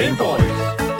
Game Boys.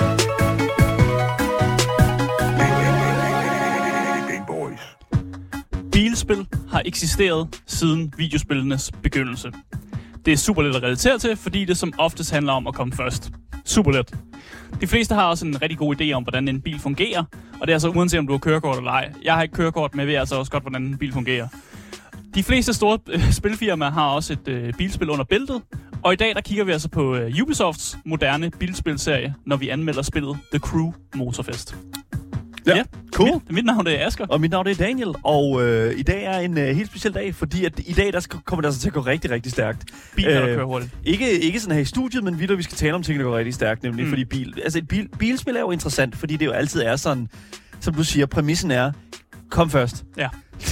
Bilspil har eksisteret siden videospillenes begyndelse. Det er super let at relatere til, fordi det som oftest handler om at komme først. Super let. De fleste har også en rigtig god idé om, hvordan en bil fungerer, og det er altså uanset om du har kørekort eller ej. Jeg har ikke kørekort, men jeg ved altså også godt, hvordan en bil fungerer. De fleste store spilfirmaer har også et bilspil under bæltet, og i dag der kigger vi altså på Ubisofts moderne bilspilserie, når vi anmelder spillet The Crew Motorfest. Ja, cool. Mit navn er Asger. Og mit navn er Daniel, og i dag er en helt speciel dag, fordi at i dag kommer det altså til at gå rigtig, rigtig stærkt. Biler, der kører hurtigt. Ikke sådan her i studiet, men vi skal tale om ting, der går rigtig stærkt, nemlig fordi bilspil er jo interessant, fordi det jo altid er sådan, som du siger, præmissen er, kom først. Ja.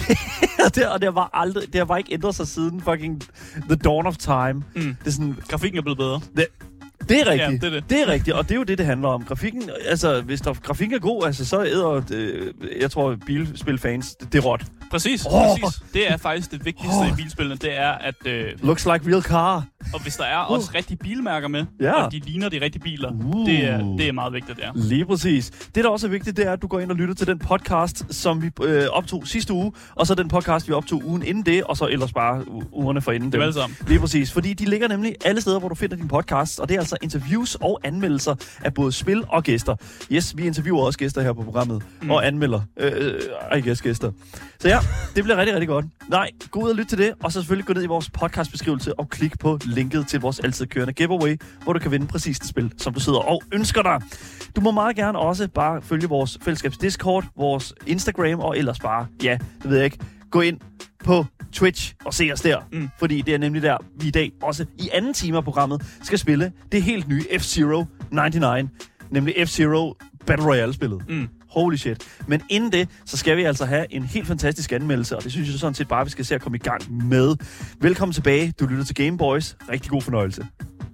og det har bare ikke ændret sig siden fucking The Dawn of Time. Det er sådan, grafikken er blevet bedre. Det er rigtigt. Ja, det er rigtigt, og det er jo det handler om. Grafikken, altså, hvis grafikken er god, altså, så æder, jeg tror, bilspilfans, det er råt. Præcis. Det er faktisk det vigtigste i bilspillene, det er, at... looks like real car. Og hvis der er også rigtige bilmærker med, og de ligner de rigtige biler, det er meget vigtigt, ja. Lige præcis. Det, der også er vigtigt, det er, at du går ind og lytter til den podcast, som vi optog sidste uge, og så den podcast, vi optog ugen inden det, og så ellers bare ugerne forinden dem. Det er sammen. Lige præcis. Fordi de ligger nemlig alle steder, hvor du finder din podcast, og det er altså interviews og anmeldelser af både spil og gæster. Yes, vi interviewer også gæster her på programmet, og anmelder gæster. Så ja, det bliver rigtig, rigtig godt. Nej, gå ud og lyt til det, og så selvfølgelig gå ned i vores podcastbeskrivelse og klik på linket til vores altid kørende giveaway, hvor du kan vinde præcis det spil, som du sidder og ønsker dig. Du må meget gerne også bare følge vores fællesskabs Discord, vores Instagram, og ellers bare, ja, det ved jeg ikke, gå ind på Twitch og se os der. Fordi det er nemlig der, vi i dag også i anden time af programmet skal spille det helt nye F-Zero 99, nemlig F-Zero Battle Royale-spillet. Holy shit. Men inden det, så skal vi altså have en helt fantastisk anmeldelse, og det synes jeg sådan set bare, vi skal se at komme i gang med. Velkommen tilbage. Du lytter til Game Boys. Rigtig god fornøjelse.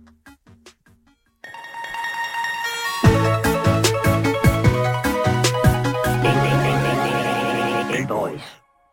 Game Boys.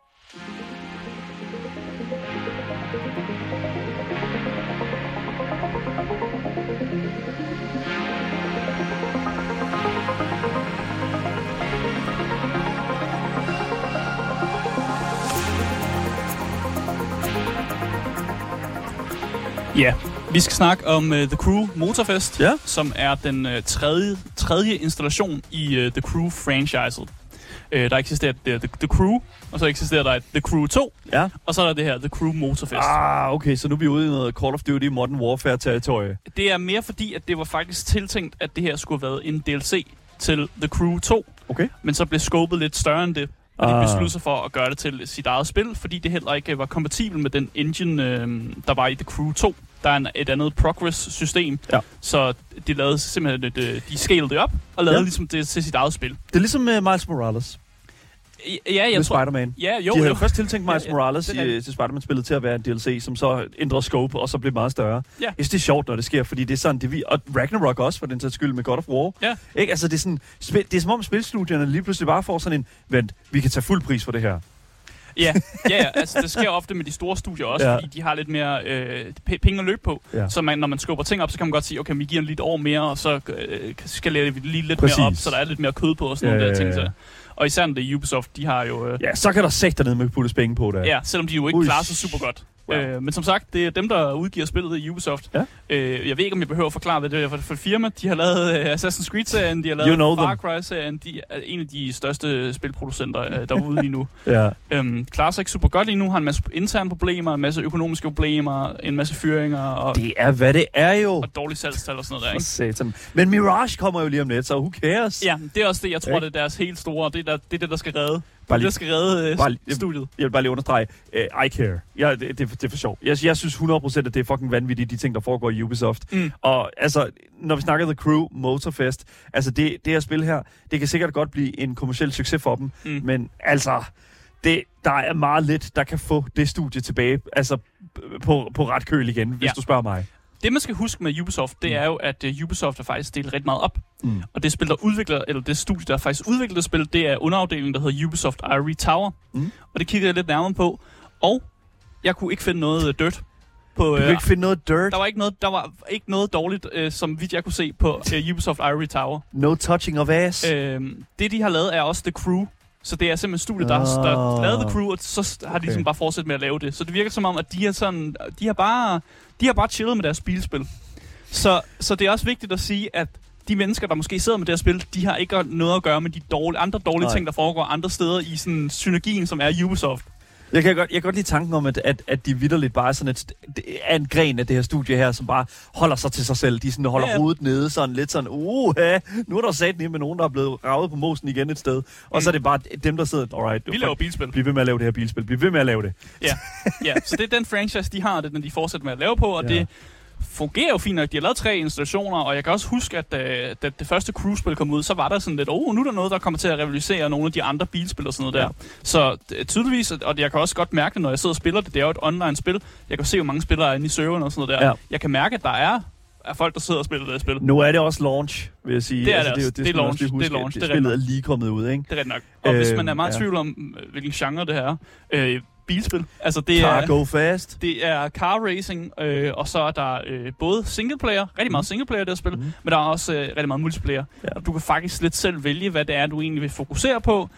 Ja, vi skal snakke om The Crew Motorfest, som er den tredje installation i The Crew-franchiset. Der eksisterer The Crew, og så eksisterer der The Crew 2, og så er der det her The Crew Motorfest. Okay, så nu er vi ude i noget Call of Duty Modern Warfare-territorie. Det er mere fordi, at det var faktisk tiltænkt, at det her skulle have været en DLC til The Crew 2, men så blev scopet lidt større end det. Og de besluttede sig for at gøre det til sit eget spil, fordi det heller ikke var kompatibel med den engine, der var i The Crew 2. Der er et andet progress-system, så de lavede simpelthen de scalede det op og lavede ligesom det til sit eget spil. Det er ligesom Miles Morales. Ja, jeg tror... Spider-Man. Ja, jo. De havde først tiltænkt Miles Morales til Spider-Man-spillet til at være en DLC, som så ændrer scope og så blev meget større. Ja. Jeg synes, det er sjovt, når det sker, fordi det er sådan, det vi... Og Ragnarok også, for den sags skyld, med God of War. Ja. Ikke? Altså, det er, sådan, det er som om spilstudierne lige pludselig bare får sådan en... Vent, vi kan tage fuld pris for det her. Ja, altså det sker ofte med de store studier også, fordi de har lidt mere penge at løbe på. Ja. Så når man skubber ting op, så kan man godt sige, okay, vi giver en lidt år mere, og så skalerer vi lige lidt mere op, så der er lidt mere kød på og sådan nogle der ting. Så. Og især når det er Ubisoft, de har jo... så kan der sætte dernede med puttes penge på det. Ja, selvom de jo ikke klarer sig super godt. Wow. Men som sagt, det er dem, der udgiver spillet i Ubisoft. Ja. Jeg ved ikke, om jeg behøver at forklare, hvad det er for et firma. De har lavet Assassin's Creed-serien, de har lavet Far Cry-serien. De er en af de største spilproducenter derude lige nu. Klarer sig ikke super godt lige nu. Har en masse interne problemer, en masse økonomiske problemer, en masse fyringer. Og det er, hvad det er jo. Og dårlige salgstal og sådan noget der, ikke? Satan. Men Mirage kommer jo lige om lidt, så who cares? Ja, det er også det, jeg tror, det er deres helt store. Det er det, der skal redde. Det skal redde studiet. Jeg vil bare lige understrege, I care. Ja, det er for sjovt. Jeg synes 100% at det er fucking vanvittigt, de ting, der foregår i Ubisoft. Og altså, når vi snakker The Crew Motorfest, altså det her spil her, det kan sikkert godt blive en kommerciel succes for dem, men altså, der er meget lidt, der kan få det studie tilbage, altså på ret køl igen, hvis du spørger mig. Det, man skal huske med Ubisoft, det er jo, at Ubisoft har faktisk delt rigtig meget op. Og det spil, der udvikler, eller det studie, der faktisk udvikler det spil, det er underafdelingen, der hedder Ubisoft Ivory Tower. Og det kigger jeg lidt nærmere på. Og jeg kunne ikke finde noget dirt på... Du kan ikke finde noget dirt? Der var ikke noget dårligt, som vidt jeg kunne se på Ubisoft Ivory Tower. No touching of ass? Det, de har lavet, er også The Crew. Så det er simpelthen studiet, der lavede The Crew, og så har de ligesom bare fortsat med at lave det. Så det virker som om, at de har bare chillet med deres bilspil. Så det er også vigtigt at sige, at de mennesker, der måske sidder med det her spil, de har ikke noget at gøre med de andre dårlige ting, der foregår andre steder i sådan synergien, som er Ubisoft. Jeg kan godt lide tanken om, at de vitterligt bare er sådan er en gren af det her studie her, som bare holder sig til sig selv. De sådan holder hovedet nede, sådan lidt sådan, nu er der sat ned med nogen, der er blevet ravet på mosen igen et sted. Og så er det bare dem, der sidder, alright, vi laver bilspil. Bliv ved med at lave det her bilspil. Bliv ved med at lave det. Ja, så det er den franchise, de har, det den de fortsætter med at lave på, og det fungerer jo fint nok. De har lavet 3 installationer, og jeg kan også huske, at da det første Crew-spil kom ud, så var der sådan lidt, nu er der noget, der kommer til at revolutionere nogle af de andre bilspil og sådan noget der. Så tydeligvis, og jeg kan også godt mærke det, når jeg sidder og spiller det, det er jo et online-spil. Jeg kan se, hvor mange spillere er inde i serveren og sådan noget der. Ja. Jeg kan mærke, at der er folk, der sidder og spiller det spil. Nu er det også launch, vil jeg sige. Det er det launch. Det er launch. Spillet er lige kommet ud, ikke? Det er ret nok. Og hvis man er meget i tvivl om, hvilken genre det her er, bilspil. Altså det Car Go Fast. Det er car racing, og så er der både singleplayer, rigtig meget singleplayer det her spil, men der er også rigtig meget multiplayer. Ja. Og du kan faktisk lidt selv vælge, hvad det er, du egentlig vil fokusere på,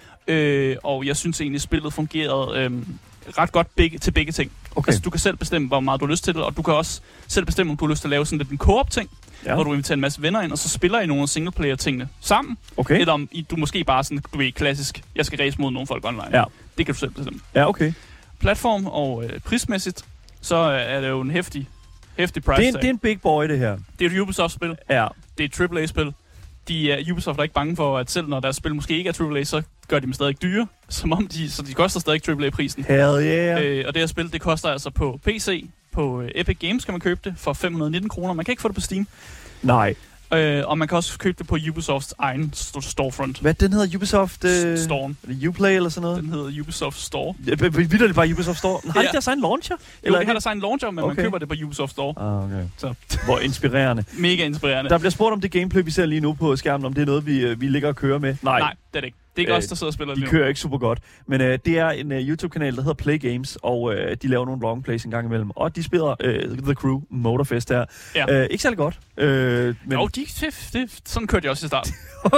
og jeg synes egentlig, spillet fungerede ret godt til begge ting. Okay. Altså du kan selv bestemme, hvor meget du har lyst til det, og du kan også selv bestemme, om du har lyst til at lave sådan lidt en co-op-ting, hvor du inviterer en masse venner ind, og så spiller I nogle singleplayer-tingene sammen. Okay. Eller om du måske bare sådan, du ved, klassisk, jeg skal race mod nogle folk online. Ja. Det kan du selv bestemme. Ja, okay. Platform og prismæssigt, så er det jo en heftig price tag. Det er en big boy, det her. Det er et Ubisoft-spil. Ja. Det er et AAA-spil. Ubisoft er ikke bange for, at selv når deres spil måske ikke er AAA, så gør de dem stadig dyre, så de koster stadig AAA-prisen. Hell yeah. Og det her spil, det koster altså på PC, på Epic Games kan man købe det for 519 kroner. Man kan ikke få det på Steam. Nej. Og man kan også købe det på Ubisofts egen storefront. Hvad den hedder? Ubisoft? Store. Uplay eller sådan noget? Den hedder Ubisoft Store. Vildt det bare Ubisoft Store? Har de deres egen launcher? Jo, de har deres egen launcher, men man køber det på Ubisoft Store. Okay. Så. Hvor inspirerende. Mega inspirerende. Der bliver spurgt om det gameplay, vi ser lige nu på skærmen, om det er noget, vi ligger og kører med. Nej, det er det ikke. Det er ikke os, der sidder og spiller lige nu. De kører ikke super godt. Men det er en YouTube-kanal, der hedder Play Games, og de laver nogle longplays en gang imellem. Og de spiller The Crew Motorfest her. Ja. Ikke særlig godt. Men jo, sådan kørte jeg også i starten.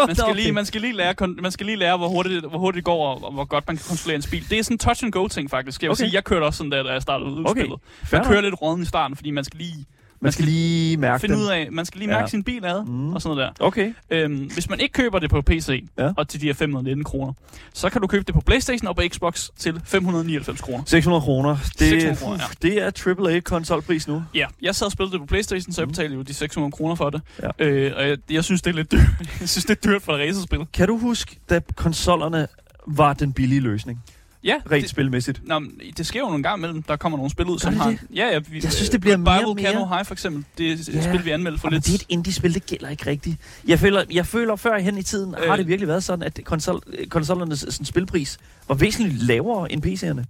Man skal lige lære, hvor hurtigt det går, og hvor godt man kan kontrollere en bil. Det er sådan en touch-and-go-ting, faktisk. Jeg vil sige, jeg kørte også sådan der, da jeg startede ud i spillet. Man kører lidt råden i starten, fordi man skal lige mærke finde ud af, man skal lige mærke sin bil ad, og sådan noget der. Okay. Hvis man ikke køber det på PC, og til de her 519 kroner, så kan du købe det på PlayStation og på Xbox til 599 kroner. 600 kroner. Det er AAA-konsolpris nu. Ja, jeg sad og spillede det på PlayStation, så jeg betalte jo de 600 kroner for det. Ja. Og jeg synes, det er lidt dyrt. Jeg synes, det er dyrt for et racerspil. Kan du huske, da konsollerne var den billige løsning? Ja, rent spilmæssigt. Det sker jo nogle gange imellem, der kommer nogle spil ud, som har... Jeg synes, det bliver mere og mere... Cano High for eksempel, det er et spil, vi anmeldte for lidt. Det er et indie-spil, det gælder ikke rigtigt. Jeg føler før hen i tiden, har det virkelig været sådan, at konsollernes spilpris var væsentligt lavere end PC'erne.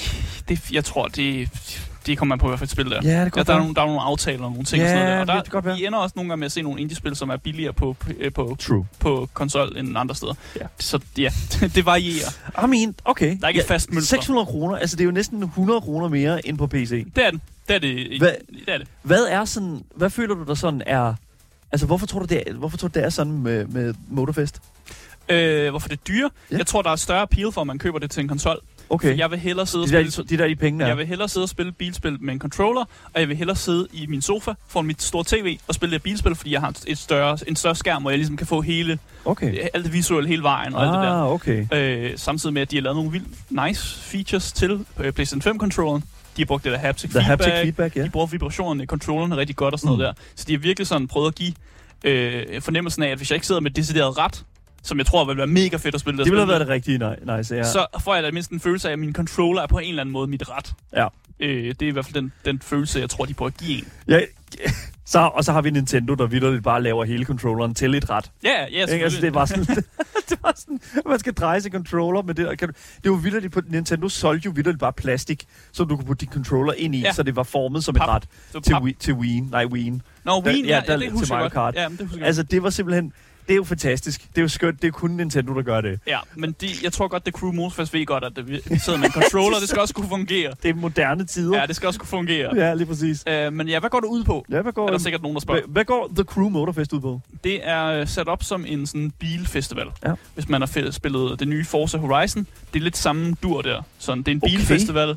Jeg tror, det kommer man på i hvert fald et spil der. Ja, det der er nogle aftaler og nogle ting og sådan noget der. Og vi ender også nogle gange med at se nogle indie-spil, som er billigere på konsol end andre steder. Ja. Så ja, det varierer. Okay. Der er ikke et fast mønster. 600 kroner, altså det er jo næsten 100 kroner mere end på PC. Det er det. Hvad føler du der sådan er... Altså hvorfor tror du det er sådan med Motorfest? Hvorfor det er dyre? Ja. Jeg tror, der er større appeal for, at man køber det til en konsol. Okay. Jeg vil hellere sidde de penge der. Jeg vil hellere sidde og spille bilspil med en controller, og jeg vil hellere sidde i min sofa foran mit store tv og spille det bilspil, fordi jeg har en større skærm, hvor jeg ligesom kan få alt det visuelle hele vejen og alt det der. Okay. Samtidig med, at de har lavet nogle vildt nice features til PlayStation 5-controlleren. De har brugt det der haptic feedback. De bruger vibrationerne i controllerne rigtig godt og sådan noget der. Så de har virkelig sådan prøvet at give fornemmelsen af, at hvis jeg ikke sidder med decideret ret, som jeg tror vil være mega fedt at spille. Det ville have været det rigtige nice, ja. Så får jeg da mindst en følelse af, at min controller er på en eller anden måde mit ret. Ja. Det er i hvert fald den følelse, jeg tror, de prøver at give en. Ja, og så har vi Nintendo, der vitterligt bare laver hele controlleren til et ret. Ja, selvfølgelig. Altså, det er bare sådan, det var sådan, man skal dreje sin controller med det. Det var vitterligt på Nintendo solgte jo vitterligt bare plastik, som du kunne putte din controller ind i, så det var formet som et ret til Wii. Nej, Wii. Nå, Wii, det husker til Mario Kart. Ja, det husker altså, det var simpelthen... Det er jo fantastisk. Det er jo skønt. Det er kun Nintendo, der gør det. Ja, men jeg tror godt, The Crew Motorfest ved godt, at vi sidder med en controller. Det skal også kunne fungere. Det er moderne tider. Ja, det skal også kunne fungere. Ja, lige præcis. Men ja, hvad går det ud på? Ja, hvad går er der sikkert nogen, der spørger. Hvad går The Crew Motorfest ud på? Det er sat op som en sådan bilfestival. Ja. Hvis man har spillet det nye Forza Horizon. Det er lidt samme dur der. Sådan, det er en bilfestival.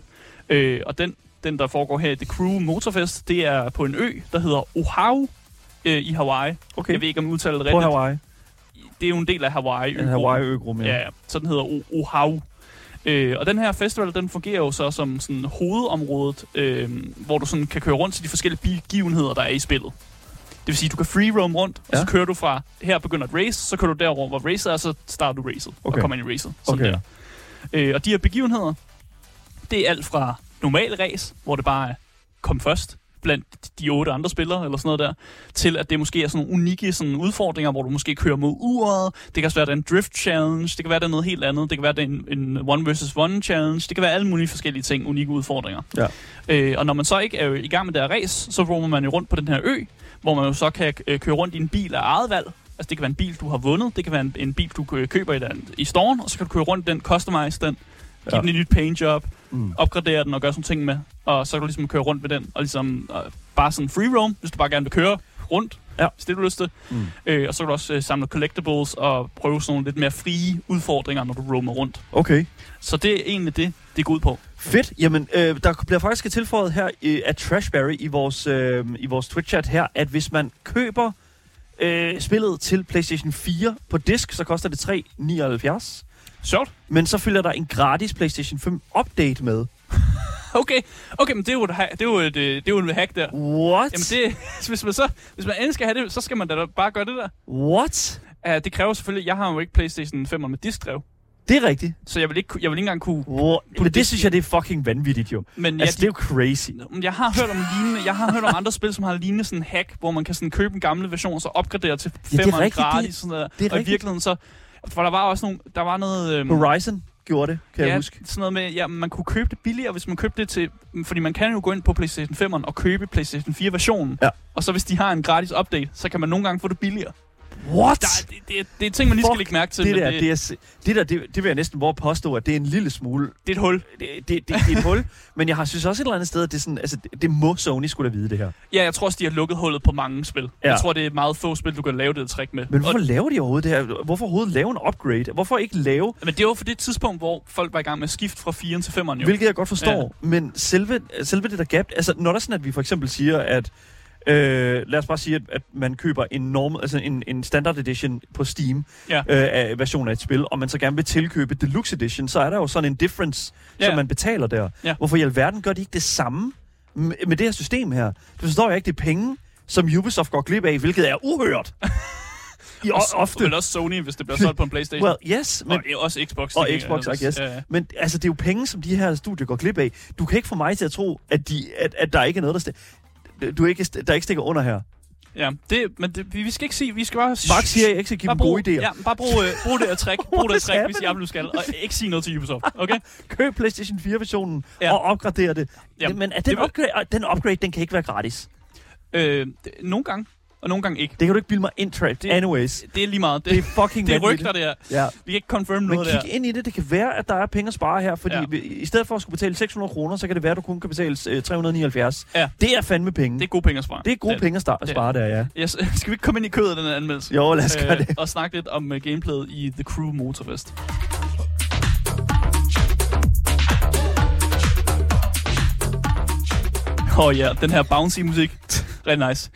Og den, der foregår her i The Crew Motorfest, det er på en ø, der hedder Oahu i Hawaii. Okay. Jeg ved ikke, om jeg udtaler det rigtigt. På Hawaii? Det er jo en del af Hawaii. En Hawaii-øgruppe, ja. Så den hedder Oahu. Og den her festival, den fungerer jo så som sådan hovedområdet, hvor du sådan kan køre rundt til de forskellige begivenheder, der er i spillet. Det vil sige, du kan free roam rundt, og så kører du fra, her begynder et race, så kører du derover, hvor racet er, så starter du racet, og kommer ind i racet. Sådan der. Og de her begivenheder, det er alt fra normal race, hvor det bare er kom først blandt de 8 andre spillere, eller sådan noget der, til at det måske er sådan nogle unikke sådan udfordringer, hvor du måske kører mod uret. Det kan også være, at det er en drift challenge, det kan være, at det er noget helt andet, det kan være, at det er en one versus one challenge, det kan være alle mulige forskellige ting, unikke udfordringer. Ja. Og når man så ikke er i gang med det her race, så roamer man jo rundt på den her ø, hvor man jo så kan køre rundt i en bil af eget valg. Altså det kan være en bil, du har vundet, det kan være en bil, du køber i storen, og så kan du køre rundt den, customize den, give den et nyt paint job, opgradere den og gøre sådan ting med. Og så kan du ligesom køre rundt med den, og ligesom bare sådan free roam, hvis du bare gerne vil køre rundt, hvis det du lyst til. Og så kan du også samle collectibles og prøve sådan nogle lidt mere frie udfordringer, når du roamer rundt. Okay. Så det er egentlig det går ud på. Fedt. Jamen, der bliver faktisk tilføjet her af Trashberry i vores Twitch-chat her, at hvis man køber spillet til PlayStation 4 på disk, så koster det $3,79. Sjovt. Men så følger der en gratis PlayStation 5 update med. Okay, men det er jo et hack der. What? Jamen hvis man endelig skal have det, så skal man da bare gøre det der. What? Det kræver selvfølgelig, jeg har jo ikke PlayStation 5 med diskdrev. Det er rigtigt. Så jeg vil ikke engang kunne... Men det synes jeg, det er fucking vanvittigt jo. Men altså, det er jo crazy. Jeg har hørt om andre spil, som har lignende sådan en hack, hvor man kan sådan købe en gamle version, og så opgradere til 5'eren gratis. Sådan der. Og i virkeligheden så... For der var også noget... Horizon gjorde det, kan jeg huske. Sådan noget med, man kunne købe det billigere, hvis man købte det til... Fordi man kan jo gå ind på PlayStation 5'eren og købe PlayStation 4-versionen. Ja. Og så hvis de har en gratis update, så kan man nogle gange få det billigere. What? Det er ting, man lige skal lægge mærke til. Det vil jeg næsten våge påstå, at det er en lille smule... Det er et hul. Det er et hul, men jeg synes også et eller andet sted, at det er sådan, altså, det må Sony skulle da vide det her. Ja, jeg tror også, de har lukket hullet på mange spil. Ja. Jeg tror, det er meget få spil, du kan lave det trick med. Men hvorfor laver de overhovedet det her? Hvorfor overhovedet lave en upgrade? Hvorfor ikke lave... Men det var for det tidspunkt, hvor folk var i gang med at skifte fra 4'eren til 5'eren jo. Hvilket jeg godt forstår, men selve det der gap... Altså, når der er sådan, at vi for eksempel siger, at... lad os bare sige, at man køber en standard edition på Steam af version af et spil, og man så gerne vil tilkøbe deluxe edition, så er der jo sådan en difference, som man betaler der. Ja. Hvorfor i alverden gør de ikke det samme med det her system her? Du forstår jeg ikke, det er penge, som Ubisoft går glip af, hvilket er uhørt. Ofte. Men også Sony, hvis det bliver solgt på en PlayStation. Well, yes. Men, og også Xbox. Og Xbox, I guess. Ja. Men altså, det er jo penge, som de her studier går glip af. Du kan ikke få mig til at tro, at der ikke er noget, der ikke stikker under her. Ja, vi skal ikke sige, vi skal bare... Bare siger, jeg ikke skal give dem gode idéer. Ja, bare brug det at trick. Brug det at trick, hvis jeg skal. Og ikke sige noget til Ubisoft, okay? Køb PlayStation 4-versionen og opgradere det. Ja, men den upgrade, den kan ikke være gratis. Nogle gange. Og nogle gange ikke. Det kan du ikke bilde mig ind, anyways. Det er lige meget. Det er fucking det er rygter, det her. Ja. Vi kan ikke confirm noget der. Men kig ind i det. Det kan være, at der er penge at spare her, fordi i stedet for at skulle betale 600 kroner, så kan det være, at du kun kan betale 379. Ja. Det er fandme penge. Det er gode penge at spare. Det er gode penge at spare der, ja. Yes. Skal vi ikke komme ind i kødet af den anmeldelse? Jo, lad os gøre det. Og snakke lidt om gameplayet i The Crew Motorfest. Den her bouncy musik. Rigtig nice.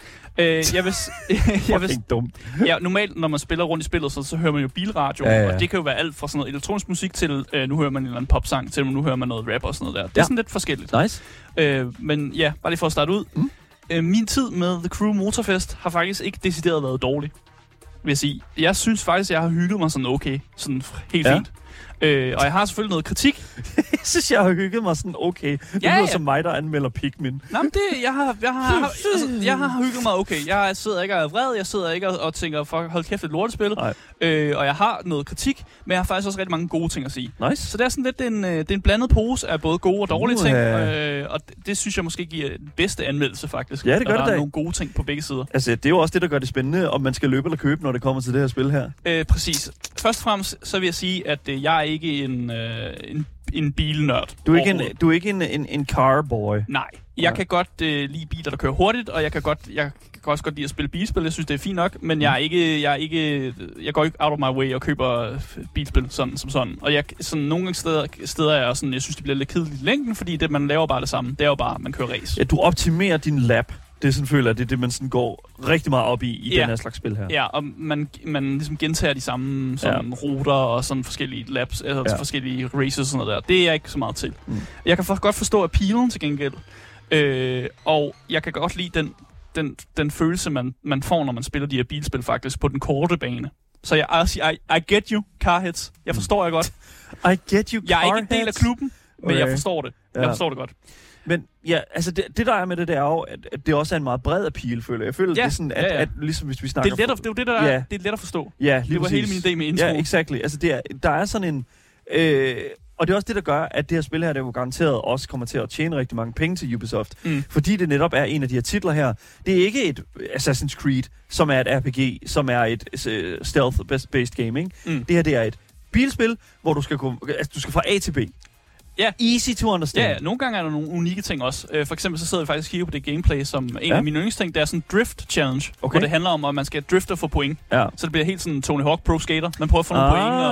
Dumt. Ja, normalt, når man spiller rundt i spillet, så hører man jo bilradio, og det kan jo være alt fra sådan noget elektronisk musik til, nu hører man en eller anden popsang, til nu hører man noget rap og sådan noget der. Det er sådan lidt forskelligt. Nice. Men ja, bare lige for at starte ud. Min tid med The Crew Motorfest har faktisk ikke decideret været dårlig, vil jeg sige. Jeg synes faktisk, jeg har hygget mig sådan okay. Sådan helt fint. Og jeg har selvfølgelig noget kritik. Jeg synes, jeg har hygget mig sådan okay. Det lyder som mig, der anmelder Pikmin. Nå, men jeg har hygget mig okay. Jeg sidder ikke og er vred, jeg sidder ikke og tænker, fuck, hold kæft, et lortespil. Og jeg har noget kritik, men jeg har faktisk også rigtig mange gode ting at sige. Nice. Så det er sådan lidt det er en blandet pose af både gode og dårlige ting, og det synes jeg måske giver den bedste anmeldelse faktisk. Ja, det gør der det er nogle gode ting på begge sider. Altså, det er jo også det, der gør det spændende, om man skal løbe eller købe, når det kommer til det her spil her. Præcis. Først og fremmest, så vil jeg sige, at jeg er ikke en bilnørd. Du er ikke en carboy. Nej. Jeg kan godt lide biler, der kører hurtigt, og jeg kan også godt lide at spille bilspil. Jeg synes, det er fint nok, men jeg går ikke out of my way og køber bilspil sådan som sådan. Og nogle steder er jeg sådan, jeg synes, det bliver lidt kedeligt i længden, fordi man laver bare det samme. Det er jo bare, man kører race. Ja, du optimerer din lap. Det er sådan, føler jeg, det er det, man sådan går rigtig meget op i den her slags spil her. Ja, og man ligesom gentager de samme sådan, ruter og sådan forskellige laps, altså forskellige races og sådan noget der. Det er jeg ikke så meget til. Jeg kan godt forstå appealen til gengæld. Og jeg kan godt lide den følelse, man får, når man spiller de her bilspil faktisk, på den korte bane. Så I get you, carheads. Jeg forstår jeg godt. I get you, carheads. Jeg er ikke en del af klubben, men jeg forstår det. Jeg forstår det godt. Men ja, altså det der er med det er jo, at det også er en meget bred appeal, føler jeg. Føler det er sådan, at ligesom hvis vi snakker... Det er jo det, der er. Det er let at forstå. Ja, det var hele min idé med intro. Ja, exactly. Altså der er sådan en... og det er også det, der gør, at det her spil her, det er jo garanteret også kommer til at tjene rigtig mange penge til Ubisoft. Fordi det netop er en af de her titler her. Det er ikke et Assassin's Creed, som er et RPG, som er et stealth-based gaming. Det her, det er et bilspil, hvor du skal fra A til B. Ja. Easy to understand. Ja, nogle gange er der nogle unikke ting også. For eksempel så sidder vi faktisk og kigger på det gameplay, som en af mine yndlingsting, det er sådan en drift challenge, hvor det handler om, at man skal drifte og få point. Ja. Så det bliver helt sådan Tony Hawk Pro Skater. Man prøver at få nogle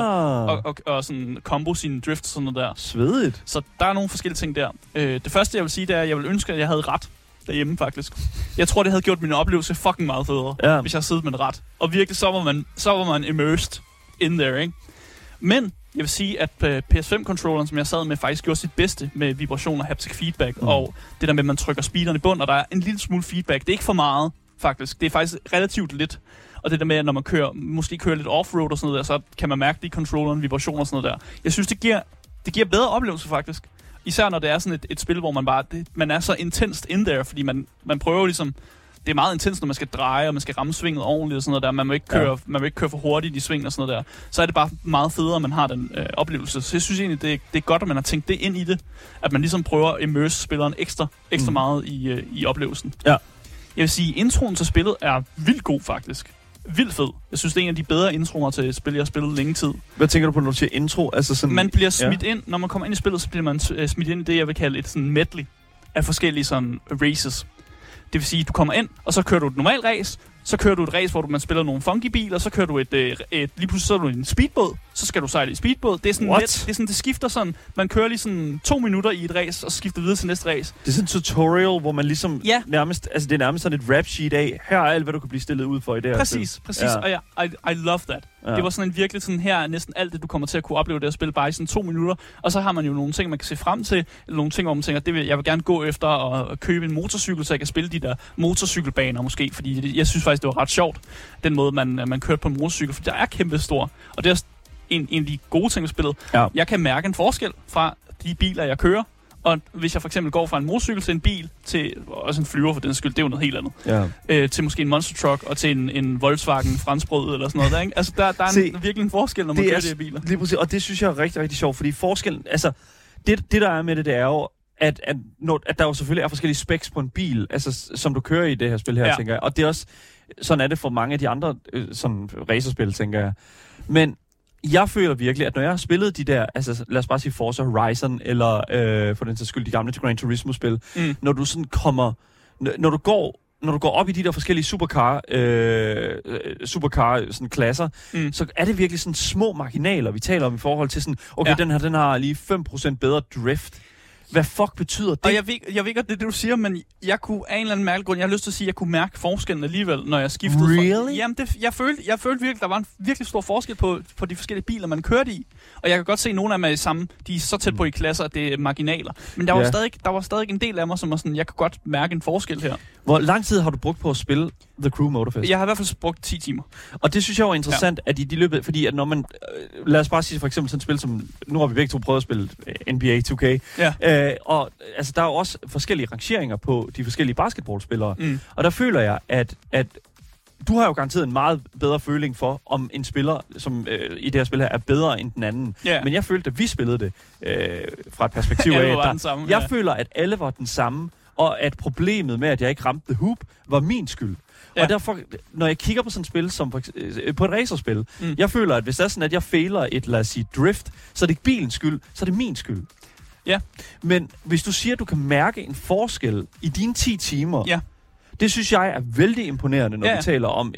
point og sådan combo sine drift og sådan noget der. Svedigt. Så der er nogle forskellige ting der. Det første, jeg vil sige, det er, at jeg vil ønske, at jeg havde ret derhjemme faktisk. Jeg tror, det havde gjort min oplevelse fucking meget federe, hvis jeg havde siddet med ret. Og virkelig, så var man immersed in there, ikke? Men jeg vil sige, at PS5-controlleren, som jeg sad med, faktisk gjorde sit bedste med vibration og haptic feedback, og det der med, at man trykker speederen i bund, og der er en lille smule feedback. Det er ikke for meget, faktisk. Det er faktisk relativt lidt. Og det der med, at når man måske kører lidt off-road og sådan noget der, så kan man mærke det i controlleren, vibration og sådan noget der. Jeg synes, det giver bedre oplevelse, faktisk. Især når det er sådan et spil, hvor man er så intenst in there, fordi man prøver ligesom... Det er meget intens, når man skal dreje, og man skal ramme svinget ordentligt og sådan noget der. Man må ikke køre for hurtigt i svingen og sådan noget der. Så er det bare meget federe, at man har den oplevelse. Så jeg synes egentlig, det er godt, at man har tænkt det ind i det. At man ligesom prøver at immerse spilleren ekstra meget i oplevelsen. Ja. Jeg vil sige, introen til spillet er vildt god faktisk. Vildt fed. Jeg synes, det er en af de bedre introer til et spil, jeg har spillet længe tid. Hvad tænker du på, når du siger intro? Altså sådan, man bliver smidt ind, når man kommer ind i spillet, så bliver man smidt ind i det, jeg vil kalde et sådan medley af forskellige sådan races. Det vil sige, at du kommer ind, og så kører du et normalt race, så kører du et race, hvor man spiller nogle funky biler, så kører du lige pludselig så er du en speedbåd, så skal du sejle i speedbåd. Det er sådan det skifter sådan, man kører lige sådan 2 minutter i et race, og så skifter videre til næste race. Det er sådan en tutorial, hvor man ligesom nærmest, altså det er nærmest sådan et rap sheet af, her er alt, hvad du kan blive stillet ud for i det her spil. Præcis, og I love that. Ja. Det var sådan en virkelig sådan, her er næsten alt det, du kommer til at kunne opleve det at spille bare i sådan 2 minutter, og så har man jo nogle ting, man kan se frem til, eller nogle ting, hvor man tænker, jeg vil gerne gå efter og købe en motorcykel, så jeg kan spille de der motorcykelbaner måske, fordi jeg synes faktisk, det var ret sjovt, den måde, man kørte på en motorcykel, for det er kæmpe stor, og det er en af de gode ting ved spillet. Ja. Jeg kan mærke en forskel fra de biler, jeg kører, og hvis jeg for eksempel går fra en motorcykel til en bil, til også en flyver for den skyld, det er jo noget helt andet, til måske en monster truck, og til en Volkswagen franskbrød eller sådan noget der, ikke? Altså, der er virkelig en forskel, når man kører de her biler. Lige præcis, og det synes jeg er rigtig, rigtig sjovt, fordi forskellen, altså, det der er med det er jo, at der jo selvfølgelig er forskellige specs på en bil, altså, som du kører i det her spil her, tænker jeg. Og det er også, sådan er det for mange af de andre sådan racerspil, tænker jeg. Men jeg føler virkelig, at når jeg har spillet de der, altså lad os bare sige Forza Horizon, eller for den sags skyld de gamle Gran Turismo-spil, når du sådan kommer, når du går op i de der forskellige supercar sådan klasser, så er det virkelig sådan små marginaler, vi taler om i forhold til sådan, okay, den har lige 5% bedre drift. Hvad fuck betyder det? Og jeg ved ikke, at det er det, du siger, men jeg kunne af en eller anden mærkelig grund, jeg har lyst til at sige, at jeg kunne mærke forskellen alligevel, når jeg skiftede. Really? Jamen, jeg følte virkelig, der var en virkelig stor forskel på de forskellige biler, man kørte i. Og jeg kan godt se, at nogle af dem er samme, de er så tæt på i klasser, at det er marginaler. Men der var stadig en del af mig, som var sådan, jeg kan godt mærke en forskel her. Hvor lang tid har du brugt på at spille The Crew Motorfest? Jeg har i hvert fald brugt 10 timer. Og det synes jeg var interessant, at i de løbet, fordi at når man, lad os bare sige for eksempel sådan et spil som, nu har vi begge to prøvet at spille NBA 2K, og altså der er jo også forskellige rangeringer på de forskellige basketballspillere, og der føler jeg, at du har jo garanteret en meget bedre føling for, om en spiller, som i det her spil her, er bedre end den anden. Yeah. Men jeg følte, at vi spillede det fra et perspektiv af, jeg føler, at alle var den samme, og at problemet med, at jeg ikke ramte the hoop, var min skyld. Ja. Og derfor, når jeg kigger på sådan et spil, som på et racerspil, jeg føler, at hvis det er sådan, at jeg fejler et, lad os sige, drift, så er det ikke bilens skyld, så er det min skyld. Ja. Men hvis du siger, at du kan mærke en forskel i dine 10 timer, det synes jeg er vældig imponerende, når vi taler om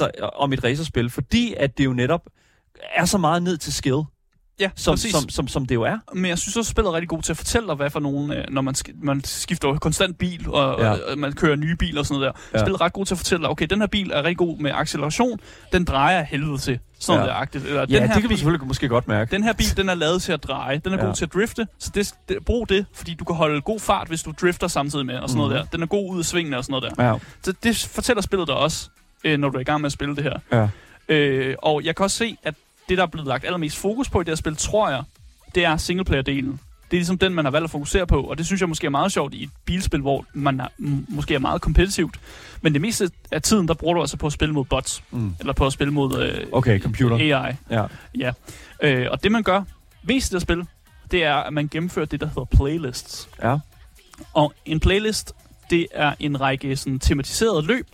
et racerspil, fordi at det jo netop er så meget ned til skill. Ja, som det jo er. Men jeg synes også, spillet er rigtig god til at fortælle dig, hvad for nogen, når man skifter konstant bil, og man kører nye biler og sådan noget der. Spillet er ret god til at fortælle dig, okay, den her bil er rigtig god med acceleration, den drejer helvede til. Sådan noget agtigt. Eller, den her det kan du selvfølgelig måske godt mærke. Den her bil, den er lavet til at dreje. Den er god til at drifte, så brug det, fordi du kan holde god fart, hvis du drifter samtidig med, og sådan noget der. Den er god ud af svingene og sådan noget der. Ja. Så det fortæller spillet dig også, når du er i gang med at spille det her. Ja. Og jeg kan også se, at det, der er blevet lagt allermest fokus på i det her spil, tror jeg, det er singleplayer-delen. Det er ligesom den, man har valgt at fokusere på, og det synes jeg måske er meget sjovt i et bilspil, hvor man måske er meget kompetitivt. Men det meste af tiden, der bruger du altså på at spille mod bots, eller på at spille mod computer. AI. Ja. Og det, man gør mest i det spil, det er, at man gennemfører det, der hedder playlists. Ja. Og en playlist, det er en række sådan, tematiserede løb.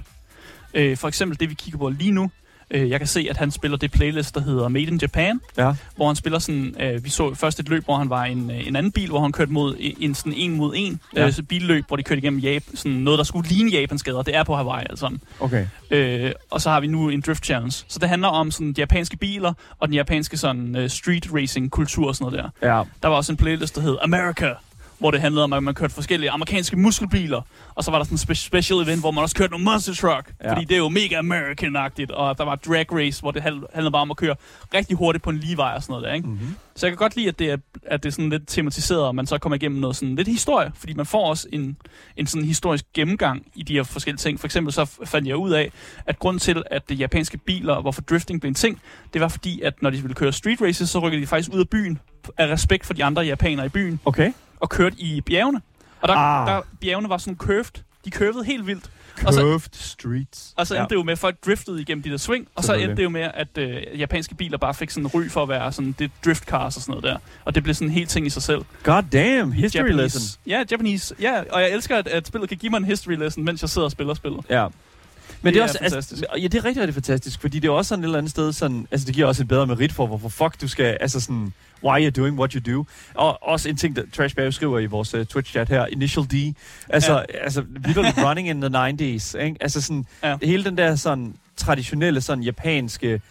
For eksempel det, vi kigger på lige nu. Jeg kan se, at han spiller det playlist, der hedder Made in Japan, hvor han spiller sådan, vi så først et løb, hvor han var en anden bil, hvor han kørte mod sådan en mod en billøb, hvor de kørte igennem Japan, sådan noget, der skulle ligne Japans gader. Det er på Hawaii, altså. Okay. Og så har vi nu en drift challenge. Så det handler om sådan japanske biler, og den japanske sådan street racing kultur og sådan noget der. Ja. Der var også en playlist, der hed America, hvor det handlede om, at man kørte forskellige amerikanske muskelbiler, og så var der sådan en special event, hvor man også kørte nogle monster truck, fordi det er jo mega American-agtigt, og der var drag race, hvor det handlede bare om at køre rigtig hurtigt på en lige vej og sådan noget der, ikke? Mm-hmm. Så jeg kan godt lide, at det er sådan lidt tematiseret, og man så kommer igennem noget sådan lidt historie, fordi man får også en sådan historisk gennemgang i de her forskellige ting. For eksempel så fandt jeg ud af, at grunden til, at de japanske biler, hvorfor drifting blev en ting, det var fordi, at når de ville køre street races, så rykkede de faktisk ud af byen af respekt for de andre japanere i byen. Okay. Og kørte i bjergene. Og der bjergene var sådan curved. De curvede helt vildt. Curved streets. Og så endte det jo med, at folk driftede igennem de der swing. Og så endte det jo med, at japanske biler bare fik sådan en ry for at være sådan det drift cars og sådan noget der. Og det blev sådan en helt ting i sig selv. God damn, history lesson. Ja, Japanese. Ja, og jeg elsker, at spillet kan give mig en history lesson, mens jeg sidder og spiller spillet. Ja. Men det er også fantastisk. Altså, ja, det er rigtig, rigtig fantastisk, fordi det er også sådan et eller andet sted sådan, altså det giver også en bedre merit for, hvorfor fuck du skal, altså sådan, why you're doing what you do. Og også en ting, der Trash Barry skriver i vores Twitch-chat her, Initial D, altså literally running in the 90s, ikke? Altså sådan, hele den der sådan traditionelle sådan japanske,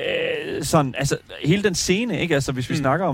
sådan, altså hele den scene, ikke? Altså hvis vi snakker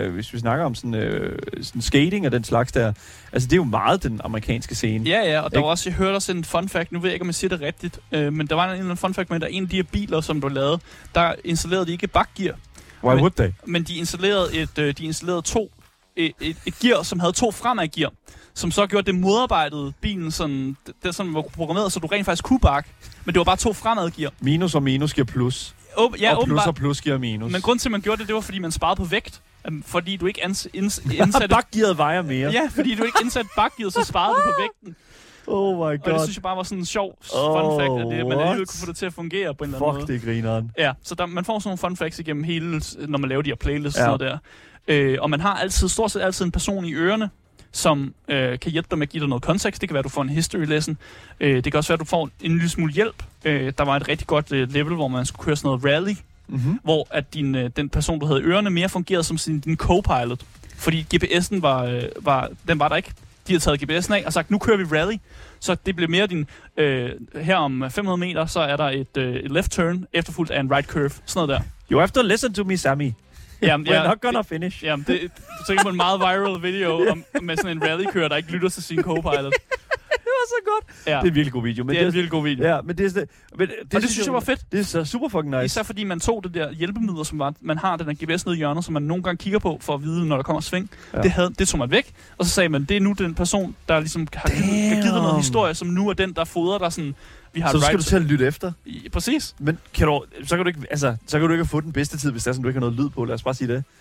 om sådan skating og den slags der, altså det er jo meget den amerikanske scene. Ja, og der var også, jeg hørte også en fun fact, nu ved jeg ikke, om jeg siger det rigtigt, men der var en eller anden fun fact med, at en af de her biler, som du lavede, der installerede de ikke bakgear. Why would they? Men de installerede et gear, som havde 2 fremadgear, som så gjorde det modarbejdede bilen sådan, det som var programmeret, så du rent faktisk kunne bakke, men det var bare 2 fremadgear. Minus og minus giver plus. Og plus og plus giver minus. Men grunden til, at man gjorde det var, fordi man sparede på vægt. Fordi du ikke indsatte... Bakgearet vejer mere. Ja, fordi du ikke indsatte bakgearet, så sparede du på vægten. Oh my god. Og det synes jeg bare var sådan en sjov fun fact, at man alligevel kunne få det til at fungere på en eller anden måde. Fuck, det er grineren. Ja, så man får sådan nogle fun facts igennem hele, når man laver de her playlists og sådan noget der. Og man har stort set altid en person i ørerne, som kan hjælpe dig med at give dig noget kontekst. Det kan være, at du får en history lesson. Det kan også være, at du får en lille smule hjælp. Der var et rigtig godt level, hvor man skulle køre sådan noget rally, hvor at den person, du havde i ørerne, mere fungerede som din co-pilot. Fordi GPS'en var der ikke. De havde taget GPS'en af og sagt, nu kører vi rally. Så det blev mere din, her om 500 meter, så er der et left turn, efterfulgt af en right curve. Sådan noget der. You have to listen to me, Sammy. Jamen, We're not gonna finish. Jamen, du tænker på en meget viral video med sådan en rallykører, der ikke lytter til sin co-pilot. Det var så godt. Ja. Det er en virkelig god video. Men det er en virkelig god video. Ja, men det synes jeg var fedt. Det er så super fucking nice. Især fordi man tog det der hjælpemidler, som man har den der GPS nede i hjørnet, som man nogle gange kigger på for at vide, når der kommer sving. Ja. Det tog man væk, og så sagde man, det er nu den person, der ligesom har givet noget historie, som nu er den, der fodrer dig sådan. Vi har så skal du til at lytte efter. Præcis. Men så kan du ikke få den bedste tid, hvis det er sådan, du ikke har noget lyd på. Lad os bare sige det.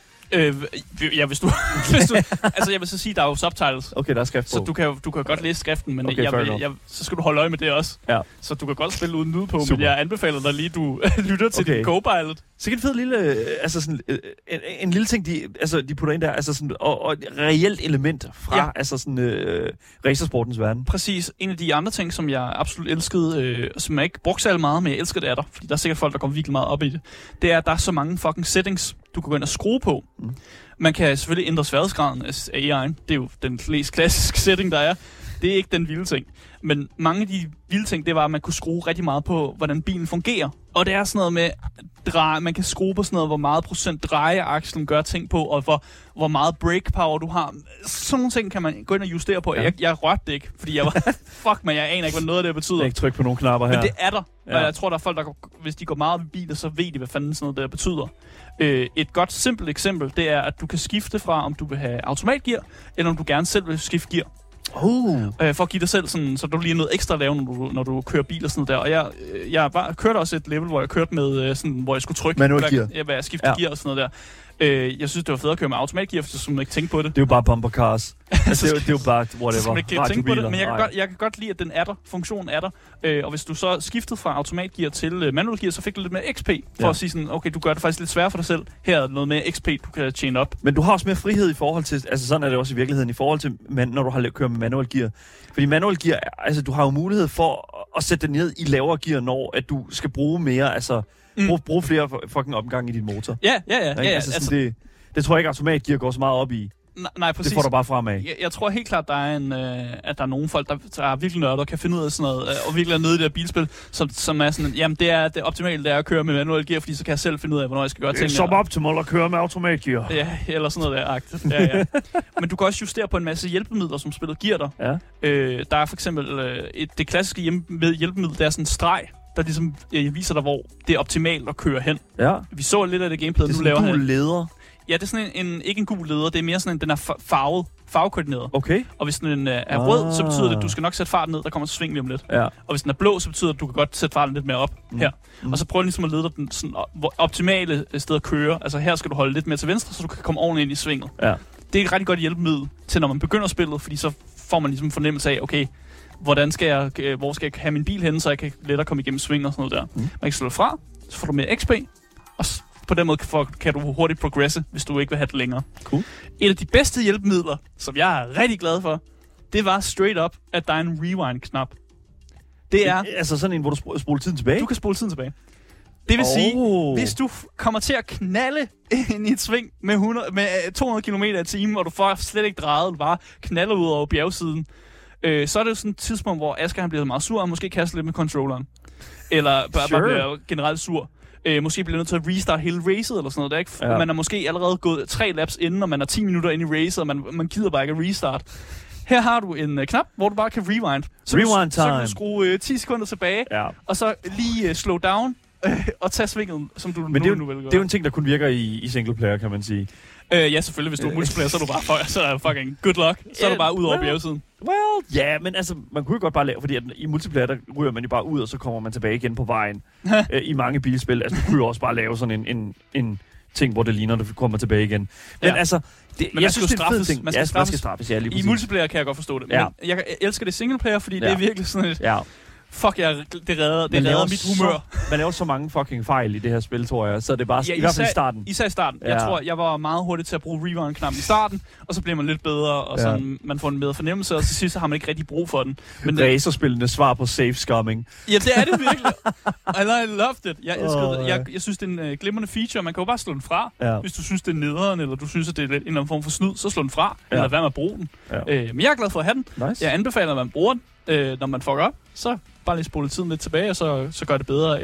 Ja, hvis du altså jeg vil så sige, der er jo subtitles. Okay, der er skrift på. Så du kan godt læse skriften, men okay, så skal du holde øje med det også. Ja. Så du kan godt spille uden lyd på, super. Men jeg anbefaler dig lige, du lytter til din co-pilot. Så kan det fed lille, altså sådan en lille ting, de putter ind der, altså sådan og et reelt element fra altså sådan racersportens verden. Præcis. En af de andre ting, som jeg absolut elskede, som jeg ikke brugte særlig meget, men jeg elsker det af dig, fordi der er sikkert folk, der kommer virkelig meget op i det. Det er, at der er så mange fucking settings, du kan gå ind og skrue på. Man kan selvfølgelig ændre sværhedsgraden af AI'en. Det er jo den mest klassiske setting, der er. Det er ikke den vilde ting. Men mange af de vilde ting, det var, at man kunne skrue rigtig meget på, hvordan bilen fungerer. Og det er sådan noget med, man kan skrue på sådan noget, hvor meget procent drejeakslen gør ting på, og hvor meget brake power du har. Sådan nogle ting kan man gå ind og justere på. Ja. Jeg rørte det ikke, fordi jeg var, man, jeg aner ikke, hvad noget af det betyder. Jeg ikke tryk på nogle knapper her. Men det er der. Ja. Og jeg tror, der er folk, der hvis de går meget op i biler, så ved de, hvad fanden sådan noget der betyder. Et godt, simpelt eksempel, det er, at du kan skifte fra, om du vil have automatgear, eller om du gerne selv vil skifte gear. For at give dig selv sådan, så du lige noget ekstra at lave, når du kører bil og sådan noget der. Og jeg kørte også et level, hvor jeg kørte med sådan, hvor jeg skulle trykke manual gear. Jeg skiftede gear og sådan noget der. Jeg synes, det var fedt at køre med automatgear, for så man ikke tænke på det. Det er jo bare bumper cars. Altså, det er jo bare whatever. Så man ikke kan tænke på det, men jeg kan godt lide, at den er der. Funktionen er der. Og hvis du så skiftede fra automatgear til manual gear, så fik du lidt mere XP. For at sige sådan, okay, du gør det faktisk lidt sværere for dig selv. Her er noget mere XP, du kan tjene op. Men du har også mere frihed i forhold til, altså sådan er det også i virkeligheden, i forhold til, når du har kørt med manual gear. Fordi manual gear, altså du har jo mulighed for at sætte det ned i lavere gear, når at du skal bruge mere, altså bruge flere fucking omgang i din motor. Ja. Altså, det tror jeg ikke, automatgear går så meget op i. Nej, præcis. Det får du bare fremad. Jeg tror helt klart, at der er nogle folk, der er virkelig nørder og kan finde ud af sådan noget, og virkelig er nede i det her bilspil, som er sådan, jamen det optimale, det er at køre med manual gear, fordi så kan jeg selv finde ud af, hvornår jeg skal gøre tingene. Det er suboptimalt at køre med automatgear. Ja, eller sådan noget der-agtigt. Ja. Men du kan også justere på en masse hjælpemidler, som spillet giver dig. Ja. Der er for eksempel det klassiske hjælpemiddel, det er sådan en streg, der ligesom viser dig, hvor det er optimalt at køre hen. Ja. Vi så lidt af det gameplay, du laver her. Det er sådan en gul leder. Ja, det er sådan ikke en gul leder, det er mere sådan en, den er farvekoordineret. Okay. Og hvis den er rød, så betyder det, at du skal nok sætte farten ned, der kommer sving lige om lidt. Ja. Og hvis den er blå, så betyder det, at du kan godt sætte farten lidt mere op her. Og så prøv ligesom at lede dig den sådan optimale sted at køre. Altså her skal du holde lidt mere til venstre, så du kan komme ordentligt ind i svinget. Ja. Det er et rigtig godt hjælpemiddel til, når man begynder spillet, fordi så får man ligesom fornemmelse af, okay, hvor skal jeg have min bil henne, så jeg kan lettere komme igennem sving og sådan noget der. Man kan slå det fra, så får du mere XP, og på den måde kan du hurtigt progresse, hvis du ikke vil have det længere. Cool. Et af de bedste hjælpemidler, som jeg er rigtig glad for, det var straight up, at der er en rewind-knap. Det er... Altså sådan en, hvor du spoler tiden tilbage? Du kan spole tiden tilbage. Det vil sige, hvis du kommer til at knalde ind i et sving med 200 km i timen, og du får slet ikke drejet, du bare knaller ud over bjergsiden, så er det jo sådan et tidspunkt, hvor Asger han bliver meget sur, og måske kaster lidt med controlleren. Eller bare bliver generelt sur. Måske bliver nødt til at restart hele racet eller sådan noget. Der, ikke? Ja. Man er måske allerede gået 3 laps inden, og man er 10 minutter inde i racet, og man gider bare ikke at restart. Her har du en knap, hvor du bare kan rewind. Så kan du skrue 10 sekunder tilbage, og så lige slow down og tage svinget, som du nu vil gøre. Det er jo en ting, der kun virker i singleplayer, kan man sige. Ja, selvfølgelig. Hvis du er multiplayer, så er du bare så er fucking good luck. Så er du bare ud over bjergsiden. Ja, men altså, man kunne jo godt bare lave, fordi at i multiplayer, der ryger man jo bare ud, og så kommer man tilbage igen på vejen. I mange bilspil. Altså, du kunne jo også bare lave sådan en ting, hvor det ligner, at du kommer tilbage igen. Men altså, jeg synes, det er en fed ting. Man skal straffes, ja, lige præcis. I multiplayer kan jeg godt forstå det. Men jeg elsker det singleplayer, fordi det er virkelig sådan et... Ja. Fuck, det redder mit humør. Man laver så mange fucking fejl i det her spil, tror jeg. Så det er bare i hvert fald i starten. Især i starten. Ja. Jeg tror, jeg var meget hurtig til at bruge rewind-knappen i starten, og så bliver man lidt bedre, og sådan, man får en bedre fornemmelse, og til sidst har man ikke rigtig brug for den. Men racerspillende svar på safe scumming. Ja, det er det virkelig. I loved it. Jeg elskede det. Jeg synes, det er en glimrende feature. Man kan jo bare slå den fra. Hvis du synes, det er nederen, eller du synes, at det er en eller anden form for snyd, så slå den fra, eller vær med at bruge den. Men jeg er glad for at have den. Nice. Jeg anbefaler, at man bruger den, når man fucker op, så bare lige spole tiden lidt tilbage, og så gør det bedre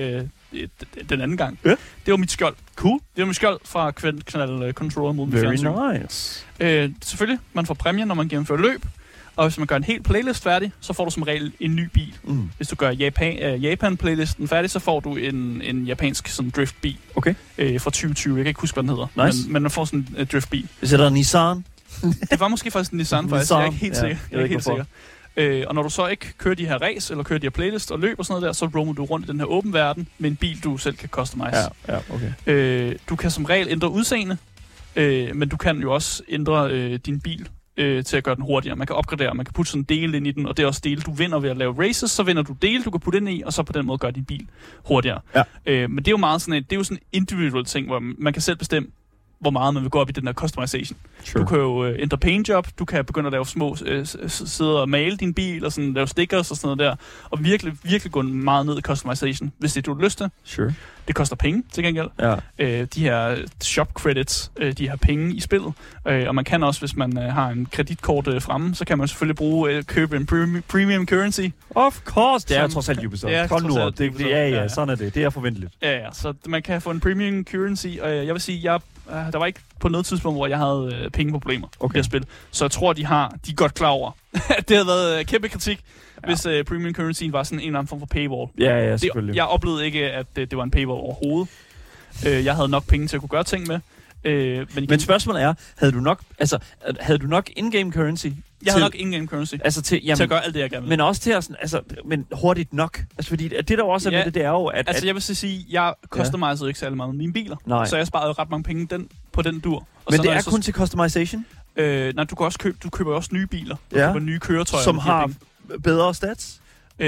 den anden gang. Ja. Det var mit skjold. Cool. Det var mit skjold fra Knald Controller mod Very fjernsyn. nice. Selvfølgelig, man får præmie, når man gennemfører løb. Og hvis man gør en hel playlist færdig, så får du som regel en ny bil. Hvis du gør Japan-playlisten færdig, så får du en japansk sådan driftbil. Okay. Fra 2020. Jeg kan ikke huske, hvad den hedder. Nice. Men man får sådan en driftbil. Hvis der er Nissan. Det var måske faktisk en Nissan, faktisk. Jeg er ikke helt sikker. Jeg er ikke helt sikker. Og når du så ikke kører de her race, eller kører de her playlist og løb og sådan noget der, så roamer du rundt i den her åben verden med en bil, du selv kan customize. Ja, okay. Du kan som regel ændre udseende, men du kan jo også ændre din bil til at gøre den hurtigere. Man kan opgradere, man kan putte sådan en del ind i den, og det er også dele, du vinder ved at lave races, så vinder du dele, du kan putte ind i, og så på den måde gøre din bil hurtigere. Ja. Men det er jo meget sådan det er jo sådan en individuel ting, hvor man kan selv bestemme, hvor meget man vil gå op i den der customization. Sure. Du kan jo ændre paintjob, du kan begynde at lave små sidde og male din bil, og sådan lave stickers og sådan noget der, og virkelig gå meget ned i customization, hvis det er, du har lyst til. Sure. Det koster penge, til gengæld. Ja. De her shop credits, de har penge i spillet, og man kan også, hvis man har en kreditkort fremme, så kan man selvfølgelig købe en premium currency. Of course! Det er trods alt Ubisoft. Ja, kom nu, ja, sådan er det. Det er forventeligt. Ja, så man kan få en premium currency, og jeg vil sige, der var ikke på noget tidspunkt, hvor jeg havde pengeproblemer i det her spil. Så jeg tror, de er godt klar over, at det havde været kæmpe kritik, hvis premium currency var sådan en eller anden form for paywall. Ja, selvfølgelig. Jeg oplevede ikke, at det var en paywall overhovedet. Jeg havde nok penge til at kunne gøre ting med. Men spørgsmålet er, havde du nok in-game currency? Jeg havde nok in-game currency til at gøre alt det, jeg gerne vil. Men også til at, men hurtigt nok. Altså, fordi det der også er med det er jo, at... jeg vil sige, jeg customizede ikke særlig meget med mine biler. Nej. Så jeg sparede ret mange penge på den dur. Og men det er kun til customization? Nej, du kan også køber også nye biler. Du køber nye køretøjer. Som har bedre stats?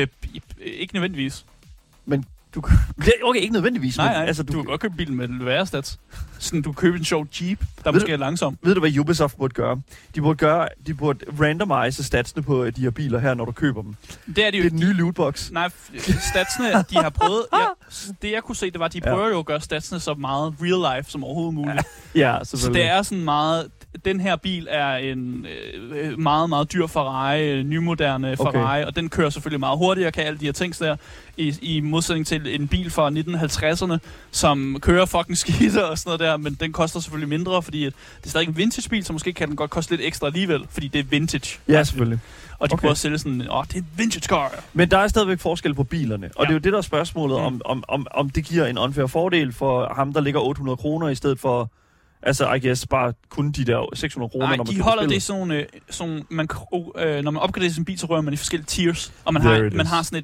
Ikke nødvendigvis. Men okay, ikke nødvendigvis. Nej, men, altså, du kan godt købe bilen med værre stats. Sådan, du køber en sjov Jeep, der måske er langsom. Ved du, hvad Ubisoft burde gøre? De burde randomize statsene på de her biler her, når du køber dem. Det er den nye lootbox. Nej, statsene, de har prøvet... det jeg kunne se, det var, at de prøver jo at gøre statsene så meget real life som overhovedet muligt. Ja, selvfølgelig. Så det er sådan meget... Den her bil er en meget, meget dyr Ferrari, nymoderne Ferrari, og den kører selvfølgelig meget hurtigere, kan alle de her ting der, i modsætning til en bil fra 1950'erne, som kører fucking skidt og sådan noget der, men den koster selvfølgelig mindre, fordi det er stadig en vintage-bil, så måske kan den godt koste lidt ekstra alligevel, fordi det er vintage. Ja, selvfølgelig. Og de prøver at sælge sådan, det er en vintage car. Men der er stadigvæk forskel på bilerne, og det er jo det, der er spørgsmålet, om det giver en unfair fordel for ham, der ligger 800 kroner i stedet for... Altså, I guess, bare kun de der 600 kroner, når man de holder det sådan når man opgraderer sin bil, så rører man i forskellige tiers, og man har sådan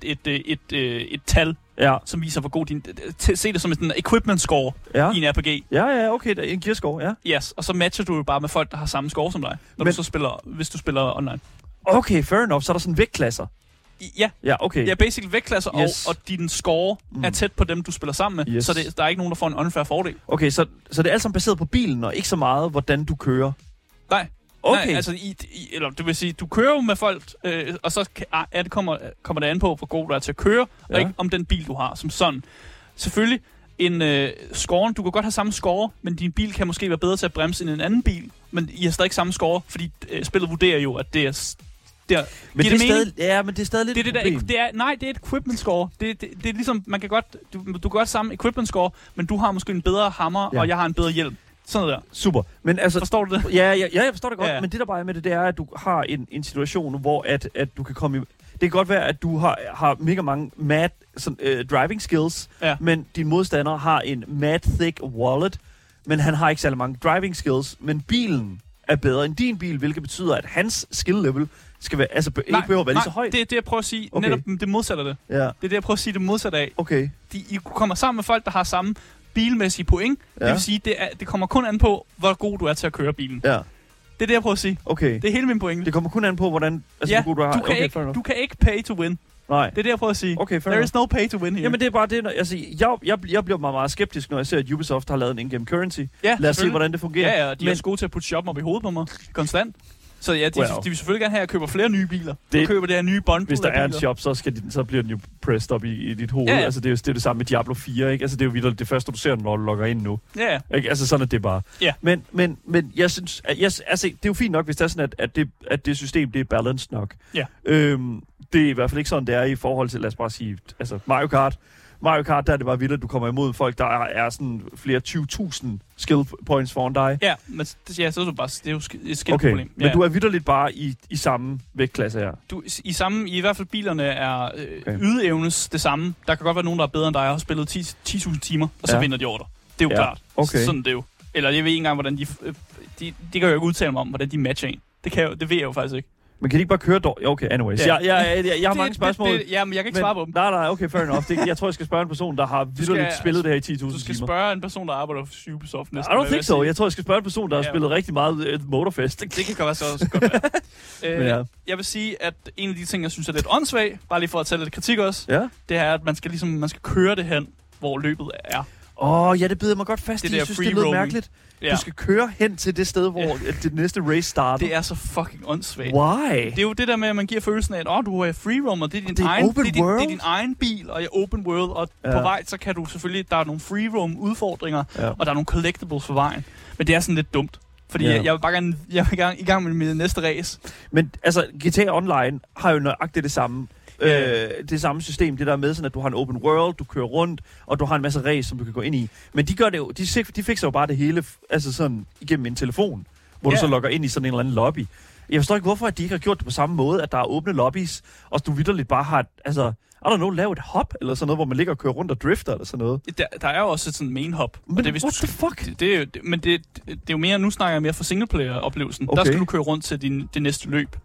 et tal, som viser, hvor god din... Se det som en equipment score i en RPG. Ja, okay, der er en gear score, ja. Yes, og så matcher du jo bare med folk, der har samme score som dig, hvis du spiller online. Okay, fair enough, så er der sådan vægtklasser. Ja, okay. Ja, basically vægtklasser, og din score er tæt på dem, du spiller sammen med, så der er ikke nogen, der får en unfair fordel. Okay, så det er alt sammen baseret på bilen, og ikke så meget, hvordan du kører? Nej. Okay. Nej, altså, eller det vil sige, du kører jo med folk, og så kommer det an på, hvor god du er til at køre, og ikke om den bil, du har som sådan. Selvfølgelig, scoren, du kan godt have samme score, men din bil kan måske være bedre til at bremse end en anden bil, men I har stadig ikke samme score, fordi spillet vurderer jo, at det er... Men det er stadig lidt et problem. Det er et equipment score. Det er ligesom, man kan godt, du kan godt samme equipment score, men du har måske en bedre hammer, og jeg har en bedre hjelm. Sådan noget der. Super. Men altså, forstår du det? Ja, jeg forstår det godt, men det der bare er med det er, at du har en situation, hvor at du kan komme i... Det kan godt være, at du har mega mange mad driving skills, men din modstander har en mad thick wallet, men han har ikke særlig mange driving skills, men bilen er bedre end din bil, hvilket betyder, at hans skill level skal være, ikke behøver at være lige så højt. Det er det, jeg prøver at sige. Okay. Netop det modsatte det. Ja. Det er det, jeg prøver at sige det modsatte af. Okay. I kommer sammen med folk, der har samme bilmæssige point. Det vil sige, det kommer kun an på, hvor god du er til at køre bilen. Ja. Det er det, jeg prøver at sige. Okay. Det er hele min pointe. Det kommer kun an på, hvordan... Altså, hvor god du har. Du kan ikke pay to win. Nej. Det er det, jeg prøver at sige. Okay, There is no pay to win here. Jamen, det er bare det. Altså, jeg bliver meget skeptisk, når jeg ser, at Ubisoft har lavet en in-game currency. Ja, lad os se, hvordan det fungerer. Ja, de er også gode til at putte shoppen op i hovedet på mig. Konstant. Så ja, de vil selvfølgelig gerne have, at jeg køber flere nye biler. Du køber det her nye bundle. Hvis der er en shop, så bliver den jo pressed op i dit hoved. Ja. Altså, det er jo det samme med Diablo 4, ikke? Altså, det er jo vildt det første, du ser, når du logger ind nu. Ja. Ikke? Altså, sådan er det bare. Ja. Men jeg synes... Altså, det er jo fint nok, hvis det er sådan, at det system, det er balanced nok. Ja. det er i hvert fald ikke sådan, det er i forhold til, lad os bare sige, altså Mario Kart. Mario Kart, der er det bare vildt, at du kommer imod folk, der er sådan flere 20.000 skill points foran dig. Ja, men så er det bare, det er jo et skill-problem. Okay, men du er vitterligt bare i samme vægtklasse her. I hvert fald bilerne er ydeevnes det samme. Der kan godt være nogen, der er bedre end dig, og har spillet 10.000 timer, og så vinder de over dig. Det er jo klart. Okay. Sådan det er jo. Eller jeg ved ikke engang, hvordan de kan jo ikke udtale mig om, hvordan de matcher en. Det ved jeg jo faktisk ikke. Men kan de ikke bare køre dårligt? Okay, anyways. Ja. Jeg har mange spørgsmål. Men jeg kan ikke svare på dem. Nej, okay, fair enough. Jeg tror, jeg skal spørge en person, der har vitterligt spillet det her i 10.000 timer. Du skal spørge en person, der arbejder for Ubisoft næsten. I don't think so. Jeg tror, jeg skal spørge en person, der har spillet rigtig meget Motorfest. Det kan godt være. Jeg vil sige, at en af de ting, jeg synes er lidt åndssvag, bare lige for at tage lidt kritik også, det er, at man skal køre det hen, hvor løbet er. Det bider mig godt fast i. Jeg synes, det lyder mærkeligt. Ja. Du skal køre hen til det sted, hvor det næste race starter. Det er så fucking åndssvagt. Why? Det er jo det der med, at man giver følelsen af, at du er free roam, og det er din egen bil, og open world, og på vej, så kan du selvfølgelig, der er nogle free roam udfordringer, og der er nogle collectibles for vejen. Men det er sådan lidt dumt. Fordi jeg vil bare gerne i gang med min næste race. Men altså, GTA Online har jo nøjagtigt det samme. Det samme system, det der med sådan, at du har en open world, du kører rundt, og du har en masse race, som du kan gå ind i. Men de gør det jo, de fikser jo bare det hele, altså sådan igennem en telefon, hvor du så logger ind i sådan en eller anden lobby. Jeg forstår ikke, hvorfor de ikke har gjort det på samme måde, at der er åbne lobbies, og du vitterligt bare har, altså, I don't know, lave et hop, eller sådan noget, hvor man ligger og kører rundt og drifter, eller sådan noget. Der er jo også et sådan main hop. Men what the fuck? Det er jo mere, nu snakker jeg mere for singleplayer-oplevelsen. Okay. Der skal du køre rundt til det næste løb.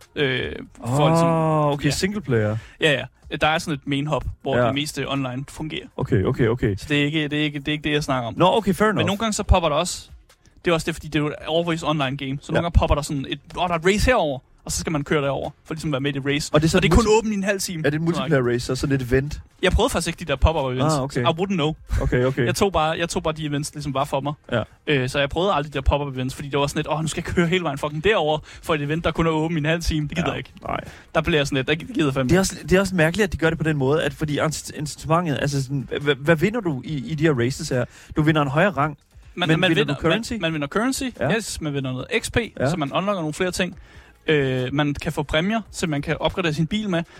Okay, singleplayer. Ja. Der er sådan et main hop, hvor det meste online fungerer. Okay. Så det er ikke det, jeg snakker om. Okay, fair enough. Men nogle gange så popper der også. Det er også det, fordi det er jo et always online game. Så nogle gange popper der sådan der er et race herover, og så skal man køre derover for ligesom at være med i det race. Og det er kun åbent i en halv time. Er det et multiplayer race, så sådan et event? Jeg prøvede faktisk ikke de der pop-up events. Okay. I wouldn't know. Okay. Jeg tog bare de events ligesom bare for mig. Ja. Så jeg prøvede aldrig de der pop-up events, fordi det var sådan lidt, nu skal jeg køre hele vejen fucking derover for et event, der kun er åbent i en halv time. Det gider jeg ikke. Nej. Der bliver jeg sådan lidt, det gider fandme. Det er også mærkeligt, at de gør det på den måde, at fordi incitamentet, altså sådan, hvad vinder du i de her races her? Du vinder en højere rang. Man vinder currency. Man vinder currency, yes. Man vinder noget XP, så man unlocker nogle flere ting. Man kan få præmier, så man kan opgradere sin bil med.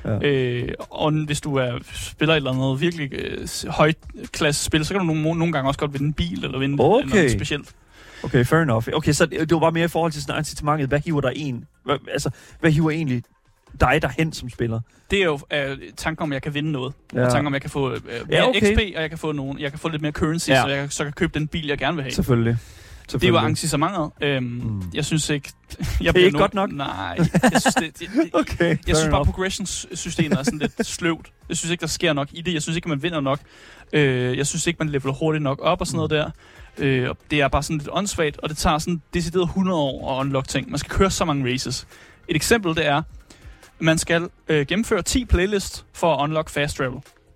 Og hvis du spiller et eller andet virkelig højklasse spil, så kan du nogle gange også godt vinde en bil, eller vinde noget specielt. Okay, fair enough. Okay, så det var bare mere i forhold til sådan incitamentet. Hvad hiver der hvad hiver egentlig dig derhen som spiller? Det er jo tanken om, at jeg kan vinde noget. Og tanken om, at jeg kan få mere XP, og jeg kan få lidt mere currency, så jeg så kan købe den bil, jeg gerne vil have. Selvfølgelig. Det er jo incitamentet. Jeg synes ikke... Det er ikke godt nok? Nej. Jeg synes, jeg synes bare, progression-systemet er sådan lidt sløvt. Jeg synes ikke, der sker nok i det. Jeg synes ikke, man vinder nok. Jeg synes ikke, man leveler hurtigt nok op og sådan noget der. Det er bare sådan lidt åndssvagt, og det tager sådan decideret 100 år at unlock ting. Man skal køre så mange races. Et eksempel, det er, man skal gennemføre 10 playlists for at unlock fast travel.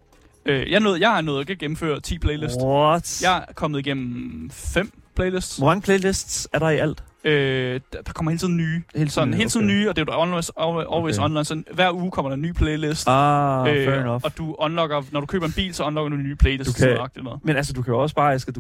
Jeg har nået at gennemføre 10 playlists. What? Jeg er kommet igennem 5 playlists. Hvor mange playlists er der i alt? Der kommer hele tiden nye. Hele tiden nye, og det er jo always online. Så hver uge kommer der en ny playlist. Fair enough. Og du unlocker, når du køber en bil, så unlocker du en ny playlist. Men altså, du kan jo også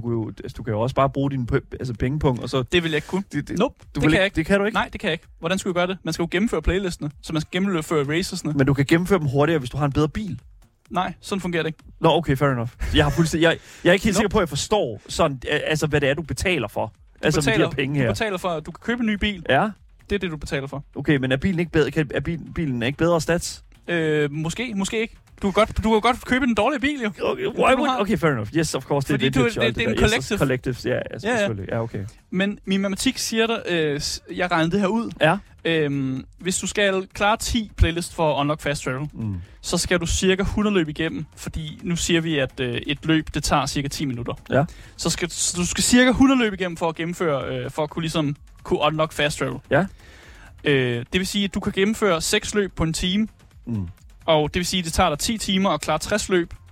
bare, bruge din pengepunkt, og så... Det vil jeg ikke kunne. Nope, det kan jeg ikke. Det kan du ikke? Nej, det kan jeg ikke. Hvordan skal du gøre det? Man skal jo gennemføre playlistene, så man skal gennemføre racesne. Men du kan gennemføre dem hurtigere, hvis du har en bedre bil. Nej, sådan fungerer det ikke. Nå, okay, fair enough. Jeg er ikke helt sikker på, at jeg forstår sådan, altså, hvad det er, du betaler for. Du betaler for, at du kan købe en ny bil. Ja. Det er det, du betaler for. Okay, men er bilen ikke bedre? Er bilen ikke bedre stats? Måske ikke. Du kan godt købe en dårlig bil, jo. Okay, fair enough. Yes, of course. Fordi det er en collective. Yes, collective. Ja, selvfølgelig. Ja, okay. Men min matematik siger der, jeg regnede det her ud. Ja. Hvis du skal klare 10 playlist for at unlock fast travel, så skal du cirka 100 løb igennem, fordi nu siger vi, at et løb, det tager cirka 10 minutter. Ja. Så du skal cirka 100 løb igennem for at gennemføre, for at kunne unlock fast travel. Ja. Det vil sige, at du kan gennemføre 6 løb på en time, og det vil sige, at det tager dig 10 timer at klare 60 løb,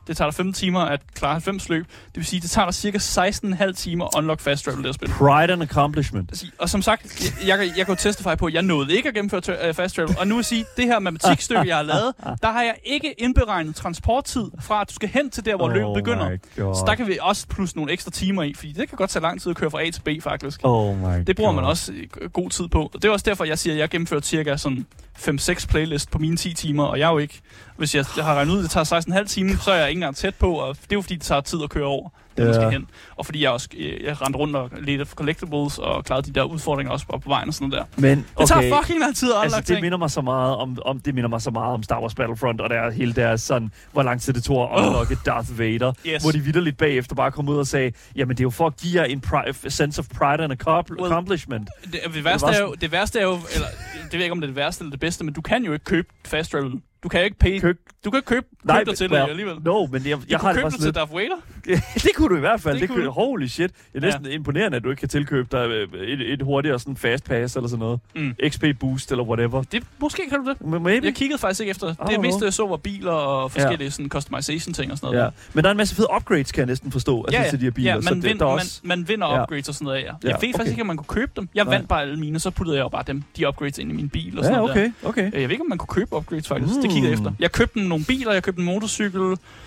Det tager dig 15 timer at klare 90 løb. Det vil sige, det tager dig cirka 16,5 timer at unlock fast travel, det at spille. Pride and accomplishment. Og som sagt, jeg kan jo testify på, at jeg nåede ikke at gennemføre fast travel. Og nu vil sige, det her matematikstykke, jeg har lavet, der har jeg ikke indberegnet transporttid fra, at du skal hen til der, hvor løbet begynder. Så der kan vi også plusse nogle ekstra timer i, fordi det kan godt tage lang tid at køre fra A til B, faktisk. Det bruger man også god tid på. Og det er også derfor, jeg siger, at jeg gennemfører cirka sådan 5-6 playlist på mine 10 timer, og jeg er jo ikke, hvis jeg har regnet ud, at det tager 16,5 timer, så er jeg ikke engang tæt på, og det er jo fordi, det tager tid at køre over, det man skal hen. Og fordi jeg også rendte rundt og ledte efter collectibles, og klarede de der udfordringer også på vejen og sådan noget der. Men, det tager fucking lang tid at unlock ting. Det minder mig så meget om Star Wars Battlefront, og der hele deres sådan, hvor lang tid det tog at unlocke Darth Vader, hvor de vitterligt bagefter bare kom ud og sagde, jamen det er jo for at give jer en sense of pride and accomplishment. Det værste er jo, eller det ved jeg ikke om det er det værste eller det bedste, men du kan jo ikke købe fast travel. Du kan ikke købe dig til det alligevel. Men jeg har det købe til Darth Vader? Det kunne du i hvert fald. Holy shit. Det er næsten imponerende, at du ikke kan tilkøbe dig et hurtigere sådan fast pass eller sådan noget. XP boost eller whatever. Måske kan du det. Maybe. Jeg kiggede faktisk ikke efter. Det meste jeg så var biler og forskellige sådan customization ting og sådan noget. Men der er en masse fede upgrades, kan jeg næsten forstå, til de her biler. Man vinder upgrades og sådan noget, Jeg ved faktisk ikke, om man kunne købe dem. Jeg vandt bare alle mine, så puttede jeg jo bare de upgrades ind i min bil og sådan noget. Okay. Jeg ved ikke, om man kunne købe upgrades faktisk. Det kiggede jeg efter. Jeg købte nogle biler, jeg købte en motorcykel,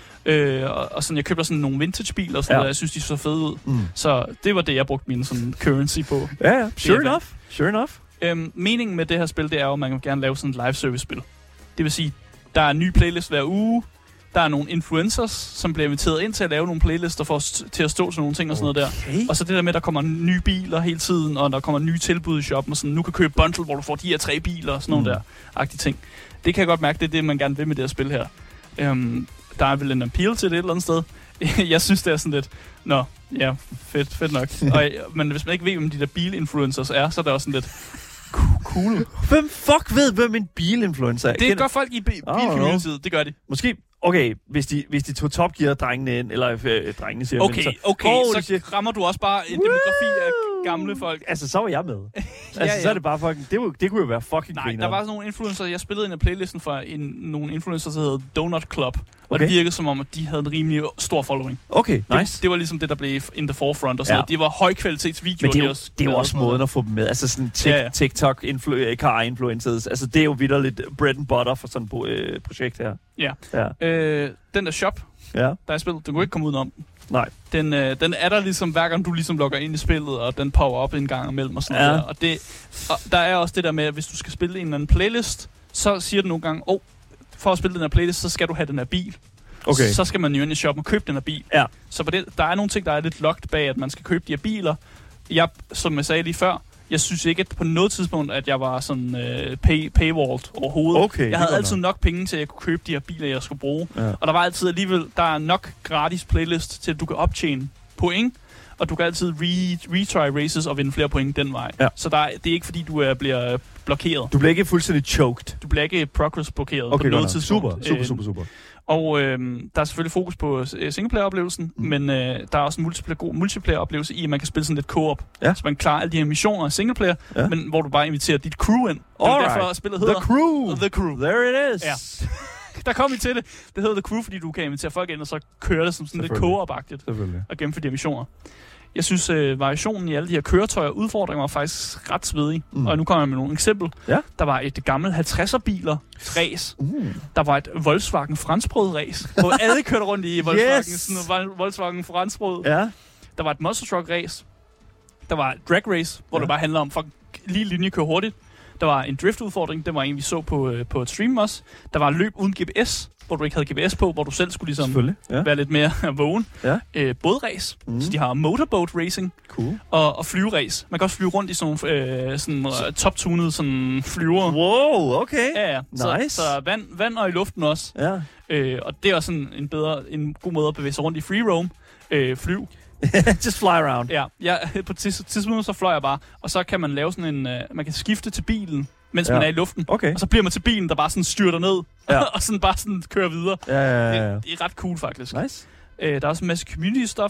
og sådan, jeg købte sådan nogle vintage-biler, og sådan noget, jeg synes, de så fede ud. Så det var det, jeg brugte min sådan currency på. Ja, sure enough. Meningen med det her spil, det er jo, at man kan gerne lave sådan et live-service-spil. Det vil sige, der er en ny playlist hver uge, der er nogle influencers, som bliver inviteret ind til at lave nogle playlister til at stå til nogle ting og sådan noget der. Og så det der med, at der kommer nye biler hele tiden, og der kommer nye tilbud i shoppen, og sådan, nu kan købe bundle, hvor du får de her 3 biler og sådan nogle der-agtige ting. Det kan jeg godt mærke, det er det, man gerne vil med det her spil her. Der er vel en appeal til det et eller andet sted. Jeg synes, det er sådan lidt, fedt nok. Men hvis man ikke ved, hvem de der bilinfluencers er, så er det også sådan lidt cool. Hvem fuck ved, hvem en bilinfluencer er? Det gør folk i bilcommunityet, det gør de. Måske, okay, hvis de tog Top Gear-drengene ind, eller drengene siger så rammer du også bare en demografi af gamle folk. Altså, så var jeg med. Så er det bare fucking, det kunne jo være fucking griner. Nej, der var sådan nogle influencer, jeg spillede ind af playlisten fra nogle influencer, der hedder Donut Club. Og det virkede som om, at de havde en rimelig stor following. Okay, nice. Det var ligesom det, der blev in the forefront og sådan noget. Det var højkvalitetsvideoer. Men det er jo også måden at få dem med. Altså sådan TikTok car-influencers. Altså det er jo vitterligt bread and butter for sådan et projekt her. Ja. Den der shop, der er spillet, du kunne ikke komme udenom. Nej. Den er der ligesom, hver gang du ligesom logger ind i spillet, og den power op en gang imellem og sådan noget der. Og der er også det der med, at hvis du skal spille en eller anden playlist, så siger den nogle gange, for at spille den her playlist, så skal du have den her bil. Okay. Så skal man jo ind i shoppen og købe den her bil. Ja. Så på det, der er nogle ting, der er lidt locked bag, at man skal købe de her biler. Som jeg sagde lige før, jeg synes ikke at på noget tidspunkt, at jeg var sådan paywalled overhovedet. Okay, jeg havde altid nok penge til, at jeg kunne købe de her biler, jeg skulle bruge. Ja. Og der var altid alligevel, der er nok gratis playlist til, at du kan optjene point. Og du kan altid retry races og vinde flere point den vej. Ja. Så det er ikke fordi, du bliver blokeret. Du bliver ikke fuldstændig choked. Du bliver ikke progress blokeret på noget tidspunkt. Super. Og der er selvfølgelig fokus på singleplayer-oplevelsen, men der er også en god multiplayer-oplevelse i, at man kan spille sådan lidt co-op. Ja. Så man klarer alle de her missioner singleplayer, men hvor du bare inviterer dit crew ind. Det er derfor, spillet hedder The Crew. There it is. Ja. Der kom vi til det. Det hedder The Crew, fordi du kan invitere folk ind, og så køre det som sådan lidt co-op-agtigt. Og gennemføre de her missioner. Jeg synes, variationen i alle de her køretøjer og udfordringer var faktisk ret svedig. Og nu kommer jeg med nogle eksempler. Ja. Der var et gammelt 50'er-biler race. Der var et Volkswagen franskbrød race, hvor alle kørte rundt i Volkswagen, sådan Volkswagen franskbrød. Ja. Der var et Monster Truck race. Der var et drag race, hvor det bare handler om lige linje køre hurtigt. Der var en drift-udfordring, det var en, vi så på et stream også. Der var et løb uden GPS, hvor du ikke havde GPS på, hvor du selv skulle ligesom være lidt mere vågen. Ja. Bådræs, så de har motorboat racing. Cool. Og flyveræs. Man kan også flyve rundt i sådan top-tunede sådan flyver. Wow, okay. Ja. Nice. Så vand og i luften også. Ja. Og det er også en god måde at bevæge sig rundt i free roam. Flyv. Just fly around. Ja, på tidspunkt så fløj jeg bare, og så kan man lave sådan en, man kan skifte til bilen, mens man er i luften, og så bliver man til bilen, der bare sådan styrter ned, og sådan bare sådan kører videre. Ja. Det er ret cool faktisk. Nice. Der er også en masse community stuff,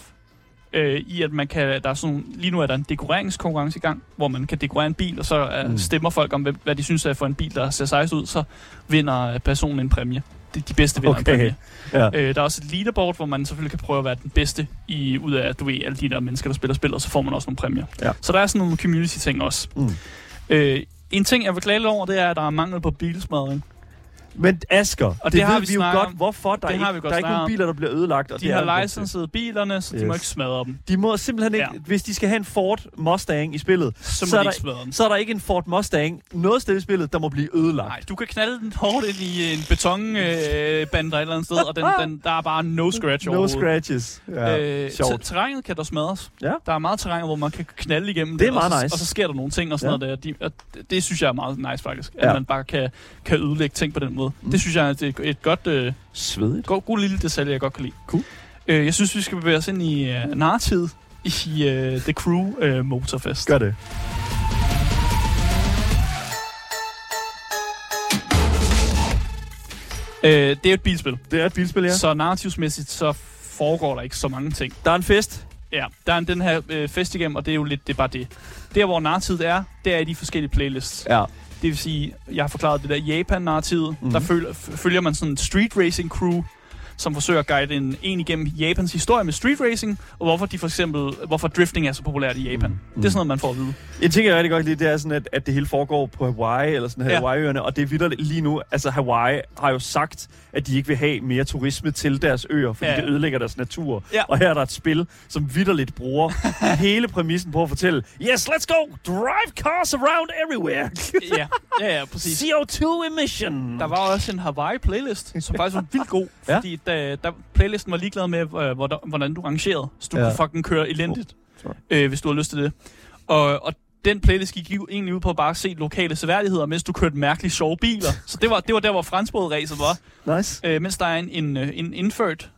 i at man kan, der er sådan, lige nu er der en dekoreringskonkurrence i gang, hvor man kan dekorere en bil, og så stemmer folk om, hvad de synes er for en bil, der ser sejst ud, så vinder personen en præmie. de bedste vinder. Okay. Ja. Der er også et leaderboard, hvor man selvfølgelig kan prøve at være den bedste ud af, alle de der mennesker, der spiller spil, og så får man også nogle præmier. Ja. Så der er sådan nogle community-ting også. En ting, jeg vil klage lidt over, det er, at der er mangel på bilsmadring. Men Asger, og det ved vi jo godt, hvorfor der er ikke nogen biler, der bliver ødelagt. Og de har licensede bilerne, så de må ikke smadre dem. De må simpelthen ikke, hvis de skal have en Ford Mustang i spillet, så er der ikke en Ford Mustang noget sted i spillet, der må blive ødelagt. Nej, du kan knalde den hårdt ind i en betonband et eller andet sted, og der er bare no scratch overhovedet. No scratches. Ja, terrænet kan der smadres. Ja. Der er meget terræn, hvor man kan knalde igennem det. Er meget nice. Og så sker der nogle ting og sådan noget der. Det synes jeg er meget nice faktisk, at man bare kan ødelægge ting på den måde. Det synes jeg er et godt... svedigt. God lille detalje, jeg godt kan lide. Cool. Jeg synes, vi skal bevæge os ind i narrativet i The Crew Motorfest. Gør det. Det er et bilspil. Det er et bilspil, ja. Så narrativsmæssigt, så foregår der ikke så mange ting. Der er en fest. Ja, der er den her fest igennem, og det er jo lidt, det er bare det. Der, hvor narrativet er, det er i de forskellige playlists. Ja. Det vil sige, jeg har forklaret det der Japan-narrativet. Der følger man sådan en street racing crew, som forsøger at guide en igennem Japans historie med street racing, og hvorfor drifting er så populært i Japan. Det er sådan noget, man får at vide. En ting, jeg rigtig godt lide, det er sådan, at det hele foregår på Hawaii, eller sådan Hawaii-øerne, og det er vitterligt lige nu. Altså, Hawaii har jo sagt, at de ikke vil have mere turisme til deres øer, fordi det ødelægger deres natur. Ja. Og her er der et spil, som vitterligt bruger hele præmissen på at fortælle, yes, let's go, drive cars around everywhere. ja, præcis. CO2 emission. Der var også en Hawaii-playlist, som faktisk var vildt god, fordi playlisten var ligeglad med, hvordan du rangerede. Så du kunne fucking køre elendigt, hvis du har lyst til det. Og den playlist gik egentlig ud på at bare se lokale seværdigheder, mens du kørte mærkeligt sjove biler. Så det var der, hvor franskbrød-ræset var. Nice. Mens der er en indfødt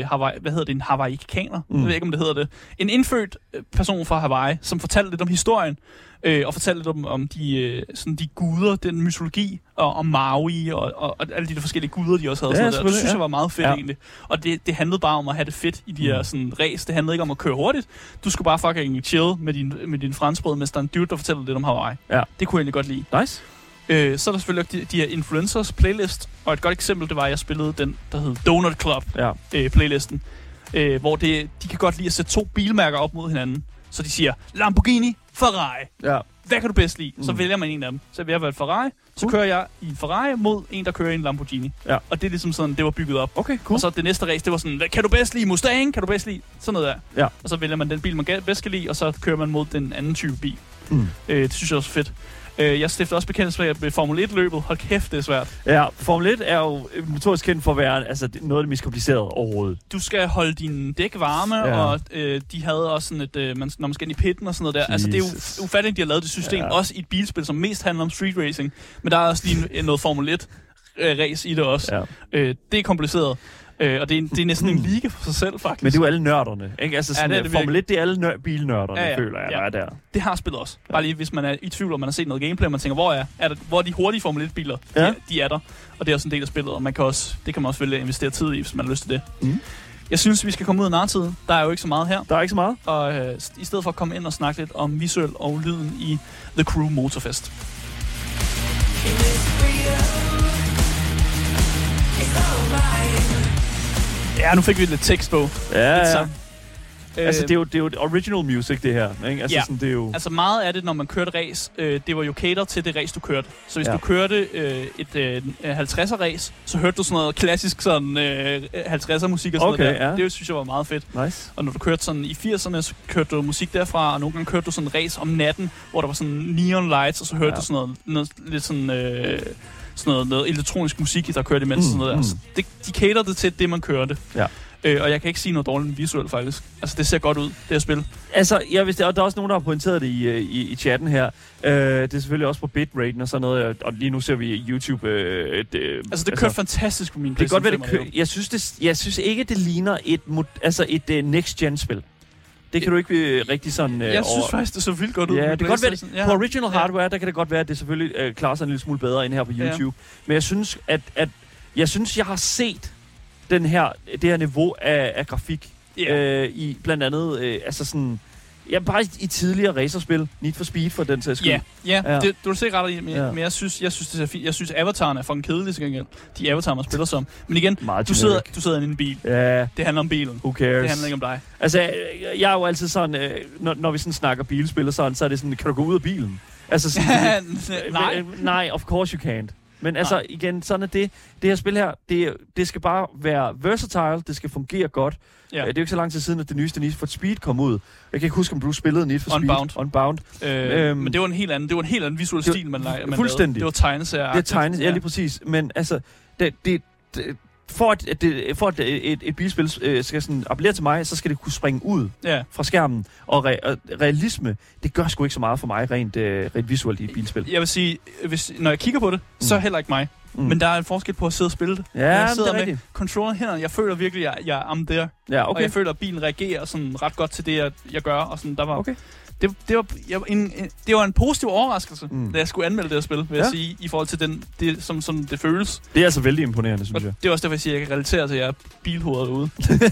en Hawaii-kaner. Jeg ved ikke, om det hedder det. En indfødt person fra Hawaii, som fortalte lidt om historien, og fortalte lidt om de guder, den mytologi, og om Maui, og alle de der forskellige guder, de også havde. Det synes jeg var meget fedt egentlig. Og det handlede bare om at have det fedt i de her sådan race. Det handlede ikke om at køre hurtigt. Du skulle bare fucking chill med din franskbrød, mens der er en dude, der fortæller lidt om Hawaii. Ja. Det kunne jeg egentlig godt lide. Nice. Så er der selvfølgelig de her influencers playlist, og et godt eksempel, det var, at jeg spillede den, der hed Donut Club playlisten, hvor de kan godt lide at sætte 2 bilmærker op mod hinanden. Så de siger, Lamborghini, Ferrari. Ja. Hvad kan du bedst lide? Så vælger man en af dem. Så vil jeg være Ferrari, så kører jeg i en Ferrari mod en, der kører i en Lamborghini. Ja. Og det er ligesom sådan, det var bygget op. Okay, cool. Og så det næste race, det var sådan, kan du bedst lide Mustang? Kan du bedst lide sådan noget der? Ja. Og så vælger man den bil, man bedst kan lide, og så kører man mod den anden type bil. Det synes jeg også er fedt. Jeg stifter også bekendtskab med Formel 1-løbet. Hold kæft, det er svært. Ja, Formel 1 er jo notorisk kendt for at være noget af det mest komplicerede overhovedet. Du skal holde dine dæk varme, og de havde også sådan et, når man skal ind i pitten og sådan noget der. Jesus. Altså, det er jo ufatteligt, de har lavet det system, også i et bilspil, som mest handler om street racing. Men der er også lige noget Formel 1-race i det også. Ja. Det er kompliceret. Og det er næsten en liga for sig selv, faktisk. Men det er jo alle nørderne, ikke? Altså sådan, det Formel 1, det er alle bilnørderne, føler jeg, der er der. Det har spillet også. Bare lige, hvis man er i tvivl, om man har set noget gameplay, og man tænker, hvor er de hurtige Formel 1-biler? Ja. De er der, og det er også en del af spillet, og det kan man også vælge at investere tid i, hvis man har lyst til det. Jeg synes, vi skal komme ud af nartiden. Der er jo ikke så meget her. Der er ikke så meget. Og i stedet for at komme ind og snakke lidt om visuel og lyden i The Crew Motorfest. Ja, nu fik vi lidt tekst på. Ja. Altså, det er jo et original music, det her. Ikke? Altså, sådan, det er jo... altså meget af det, når man kørte race, det var jo cater til det race, du kørte. Så hvis du kørte et 50'er-race, så hørte du sådan noget klassisk sådan 50'er-musik og sådan noget der. Ja. Det synes jeg var meget fedt. Nice. Og når du kørte sådan i 80'erne, så kørte du musik derfra, og nogle gange kørte du sådan en race om natten, hvor der var sådan neon lights, og så hørte du sådan noget lidt sådan... sådan noget elektronisk musik, der kørte imens. Sådan noget der. Så de caterede til det, man kørte. Ja. Og jeg kan ikke sige noget dårligt visuelt, faktisk. Altså, det ser godt ud, det her spil. Altså, der er også nogen, der har pointeret det i chatten her. Det er selvfølgelig også på bitraten og sådan noget, og lige nu ser vi YouTube... det kørte fantastisk på min PlayStation 5. Det kan godt være, jeg synes ikke, det ligner et next-gen-spil. Det kan du ikke rigtig sådan... jeg synes faktisk, det så vildt godt ud. Ja, det kan godt være, på original hardware, der kan det godt være, at det selvfølgelig klarer sig en lille smule bedre end her på YouTube. Men jeg synes, jeg har set det her niveau af grafik i blandt andet, altså sådan... Ja, bare i tidligere racerspil. Need for Speed for den sags skyld. Ja. Det, du vil se ret i, men jeg synes, det er fint. Jeg synes, Avataren er fucking kedelig til gengæld. De Avatar, man spiller som. Men igen, du sidder i en bil. Ja. Det handler om bilen. Who cares? Det handler ikke om dig. Altså, jeg er jo altid sådan, når vi sådan snakker bilspil og sådan, så er det sådan, kan du gå ud af bilen? Altså sådan, nej, of course you can't. Men altså, igen, sådan er det. Det her spil her, det skal bare være versatile, det skal fungere godt. Ja. Det er jo ikke så lang tid siden, at det nyeste Need for Speed kom ud. Jeg kan ikke huske, om du spillede Need for Speed. Unbound. Men det var en helt anden visuel stil, man fuldstændig. Det var tegneserier. Det er tegneserier, ja, lige præcis. Men altså, for at et bilspil skal sådan appellere til mig, så skal det kunne springe ud fra skærmen. Og realisme, det gør sgu ikke så meget for mig rent visuelt i et bilspil. Jeg vil sige, når jeg kigger på det, så heller ikke mig. Men der er en forskel på at sidde og spille det. Ja, jeg sidder det er med controller her, jeg føler virkelig, at jeg er der. Ja, okay. Og jeg føler, at bilen reagerer sådan ret godt til det, jeg gør. Og sådan, der var, okay. Det var en positiv overraskelse, da jeg skulle anmelde det her spil, vil jeg sige, i forhold til det, som det føles. Det er altså vældig imponerende, synes jeg. Det er også derfor, jeg siger, at jeg kan relatere til jer bilhoveder derude.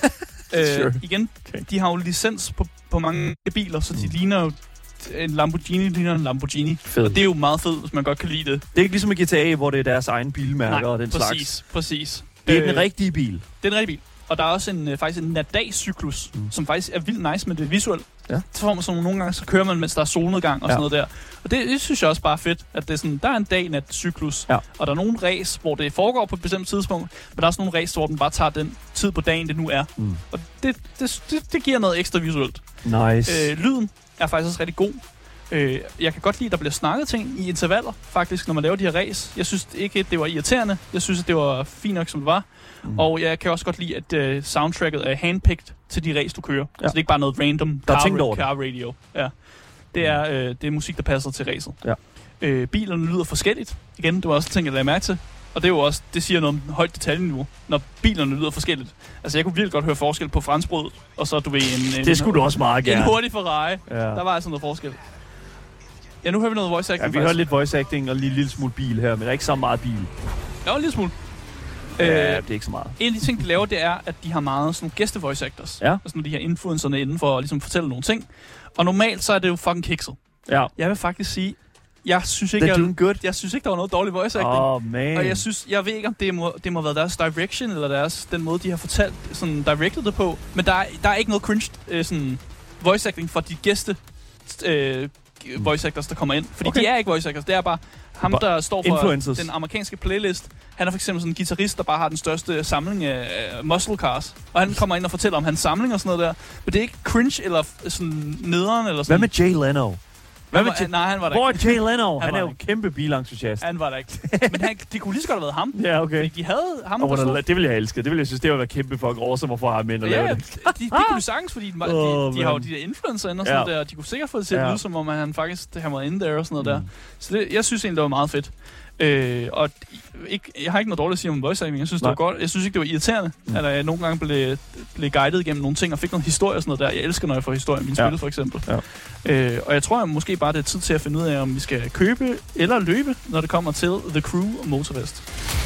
Igen, de har jo licens på mange biler, så de ligner jo en Lamborghini. Fed. Og det er jo meget fedt, hvis man godt kan lide det. Det er ikke ligesom i GTA, hvor det er deres egen bilmærker og den slags. Præcis. Det er den rigtige bil. Det er den rigtige bil. Og der er også faktisk en natdagscyklus, som faktisk er vildt nice med det visuelt. Ja. Så får man sådan nogle gange, så kører man, mens der er solnedgang og sådan noget der. Og det synes jeg også bare er fedt, at det er sådan, der er en dag-nat-cyklus, og der er nogle race, hvor det foregår på et bestemt tidspunkt, men der er også nogle race, hvor den bare tager den tid på dagen, det nu er. Og det giver noget ekstra visuelt. Nice. Lyden er faktisk også rigtig god. Jeg kan godt lide, at der bliver snakket ting i intervaller, faktisk, når man laver de her race. Jeg synes ikke, det var irriterende. Jeg synes, at det var fint nok, som det var. Og jeg kan også godt lide, at soundtracket er handpicked til de race, du kører. Så det er ikke bare noget random car radio. Ja. Det er musik, der passer til racet. Ja. Bilerne lyder forskelligt. Igen, det var også en ting, jeg lagde mærke til. Og det er jo også, det siger noget om højt detaljeniveau, når bilerne lyder forskelligt. Altså, jeg kunne virkelig godt høre forskel på franskbrød, og så, du ved, det skulle du også meget gerne. En hurtig Ferrari. Ja. Der var altså noget forskel. Ja, nu hører vi noget voice acting. Ja, vi hører lidt voice acting og en lille smule bil her, men der er ikke så meget bil. Ja, en lille smule. Det er ikke så meget. En af de ting, de laver, det er, at de har meget sådan nogle gæste voice actors. Ja. Altså, når de her influencerne inden for at ligesom fortælle nogle ting. Og normalt, så er det jo fucking kikset. Ja. Jeg vil faktisk sige, jeg synes ikke, der var noget dårligt voice acting. Man. Og jeg ved ikke, om det må have været deres direction, eller den måde, de har fortalt, sådan directed det på. Men der er ikke noget cringe sådan voice acting for de gæste voice actors, der kommer ind. Fordi de er ikke voice actors, det er bare ham, der står for den amerikanske playlist. Han er for eksempel sådan en guitarist, der bare har den største samling af muscle cars. Og han kommer ind og fortæller om hans samling og sådan noget der. Men det er ikke cringe eller sådan nederen eller sådan. Hvad med Jay Leno? Nej, han var der ikke. Hvor er Jay Leno? Han er jo kæmpe bilentusiast. Han var der ikke. Men det kunne lige så godt have været ham. Ja, okay. Fordi de havde ham. Det ville jeg elske. Det ville jeg synes, det ville være kæmpe fucking awesome at få ham ind og lave det. De kunne sagtens, fordi de har jo de der influencer ind og sådan der. De kunne sikkert få det til at lyde, som om han faktisk var inde der og sådan noget der. Så jeg synes egentlig, det var meget fedt. Og jeg har ikke noget dårligt at sige om voice acting. Jeg synes, det var godt. Jeg synes ikke, det var irriterende, at jeg nogle gange blev guidet igennem nogle ting og fik noget historie og sådan noget der. Jeg elsker, når jeg får historie i mine spil, for eksempel. Ja. Og jeg tror måske bare, det er tid til at finde ud af, om vi skal købe eller løbe, når det kommer til The Crew Motorfest.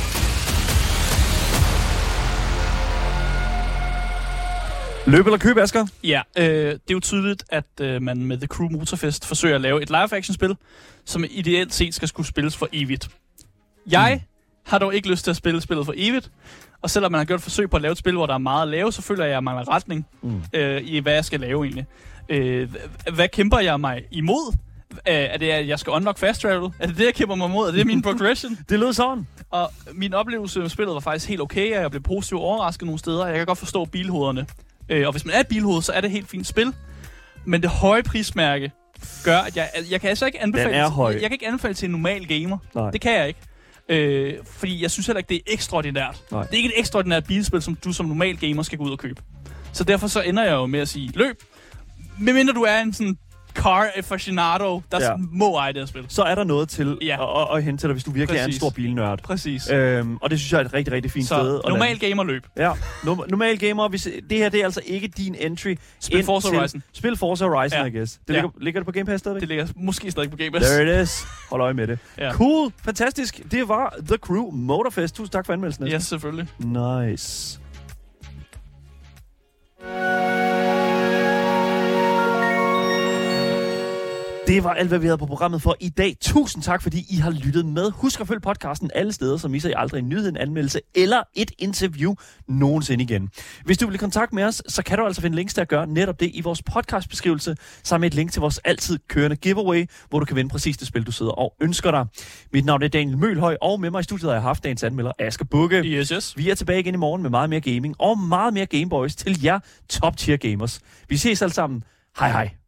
Løb eller køb, Asger? Ja, det er jo tydeligt, at man med The Crew Motorfest forsøger at lave et live-action-spil, som ideelt set skal skulle spilles for evigt. Jeg har dog ikke lyst til at spille spillet for evigt, og selvom man har gjort et forsøg på at lave et spil, hvor der er meget at lave, så føler jeg, at jeg mangler retning i, hvad jeg skal lave egentlig. Hvad kæmper jeg mig imod? Er det, at jeg skal unlock fast travel? Er det det, jeg kæmper mig imod? Er det min progression? Det lød sådan. Og min oplevelse med spillet var faktisk helt okay, og jeg blev positivt overrasket nogle steder. Jeg kan godt forstå bilhovederne. Og hvis man er et bilhoved, så er det et helt fint spil. Men det høje prismærke gør, at jeg kan altså ikke anbefale jeg kan ikke anbefale til en normal gamer. Nej. Det kan jeg ikke. Fordi jeg synes heller ikke, det er ekstraordinært. Nej. Det er ikke et ekstraordinært bilspil, som du som normal gamer skal gå ud og købe. Så derfor så ender jeg jo med at sige løb. Medmindre du er en sådan car aficionado, der må eje det her spil. Så er der noget til at hente til dig, hvis du virkelig er en stor bilnørd. Præcis. Og det synes jeg er et rigtig, rigtig fint sted. Så normal gamerløb. Ja, normal gamer. Det her det er altså ikke din entry. Spil Forza Horizon. Spil Forza Horizon, I guess. Ligger det på Game Pass stadigvæk? Det ligger måske stadig på Game Pass. There it is. Hold øje med det. Cool. Fantastisk. Det var The Crew Motorfest. Tusind tak for anmeldelsen. Ja, selvfølgelig. Nice. Det var alt, hvad vi havde på programmet for i dag. Tusind tak, fordi I har lyttet med. Husk at følge podcasten alle steder, så misser I aldrig en nyhed, en anmeldelse eller et interview nogensinde igen. Hvis du vil i kontakt med os, så kan du altså finde links til at gøre netop det i vores podcastbeskrivelse, sammen med et link til vores altid kørende giveaway, hvor du kan vinde præcis det spil, du sidder og ønsker dig. Mit navn er Daniel Mølhøj, og med mig i studiet har jeg haft dagens anmelder, Asger Bugge. Yes. Vi er tilbage igen i morgen med meget mere gaming og meget mere Gameboys til jer top tier gamers. Vi ses alle sammen. Hej hej.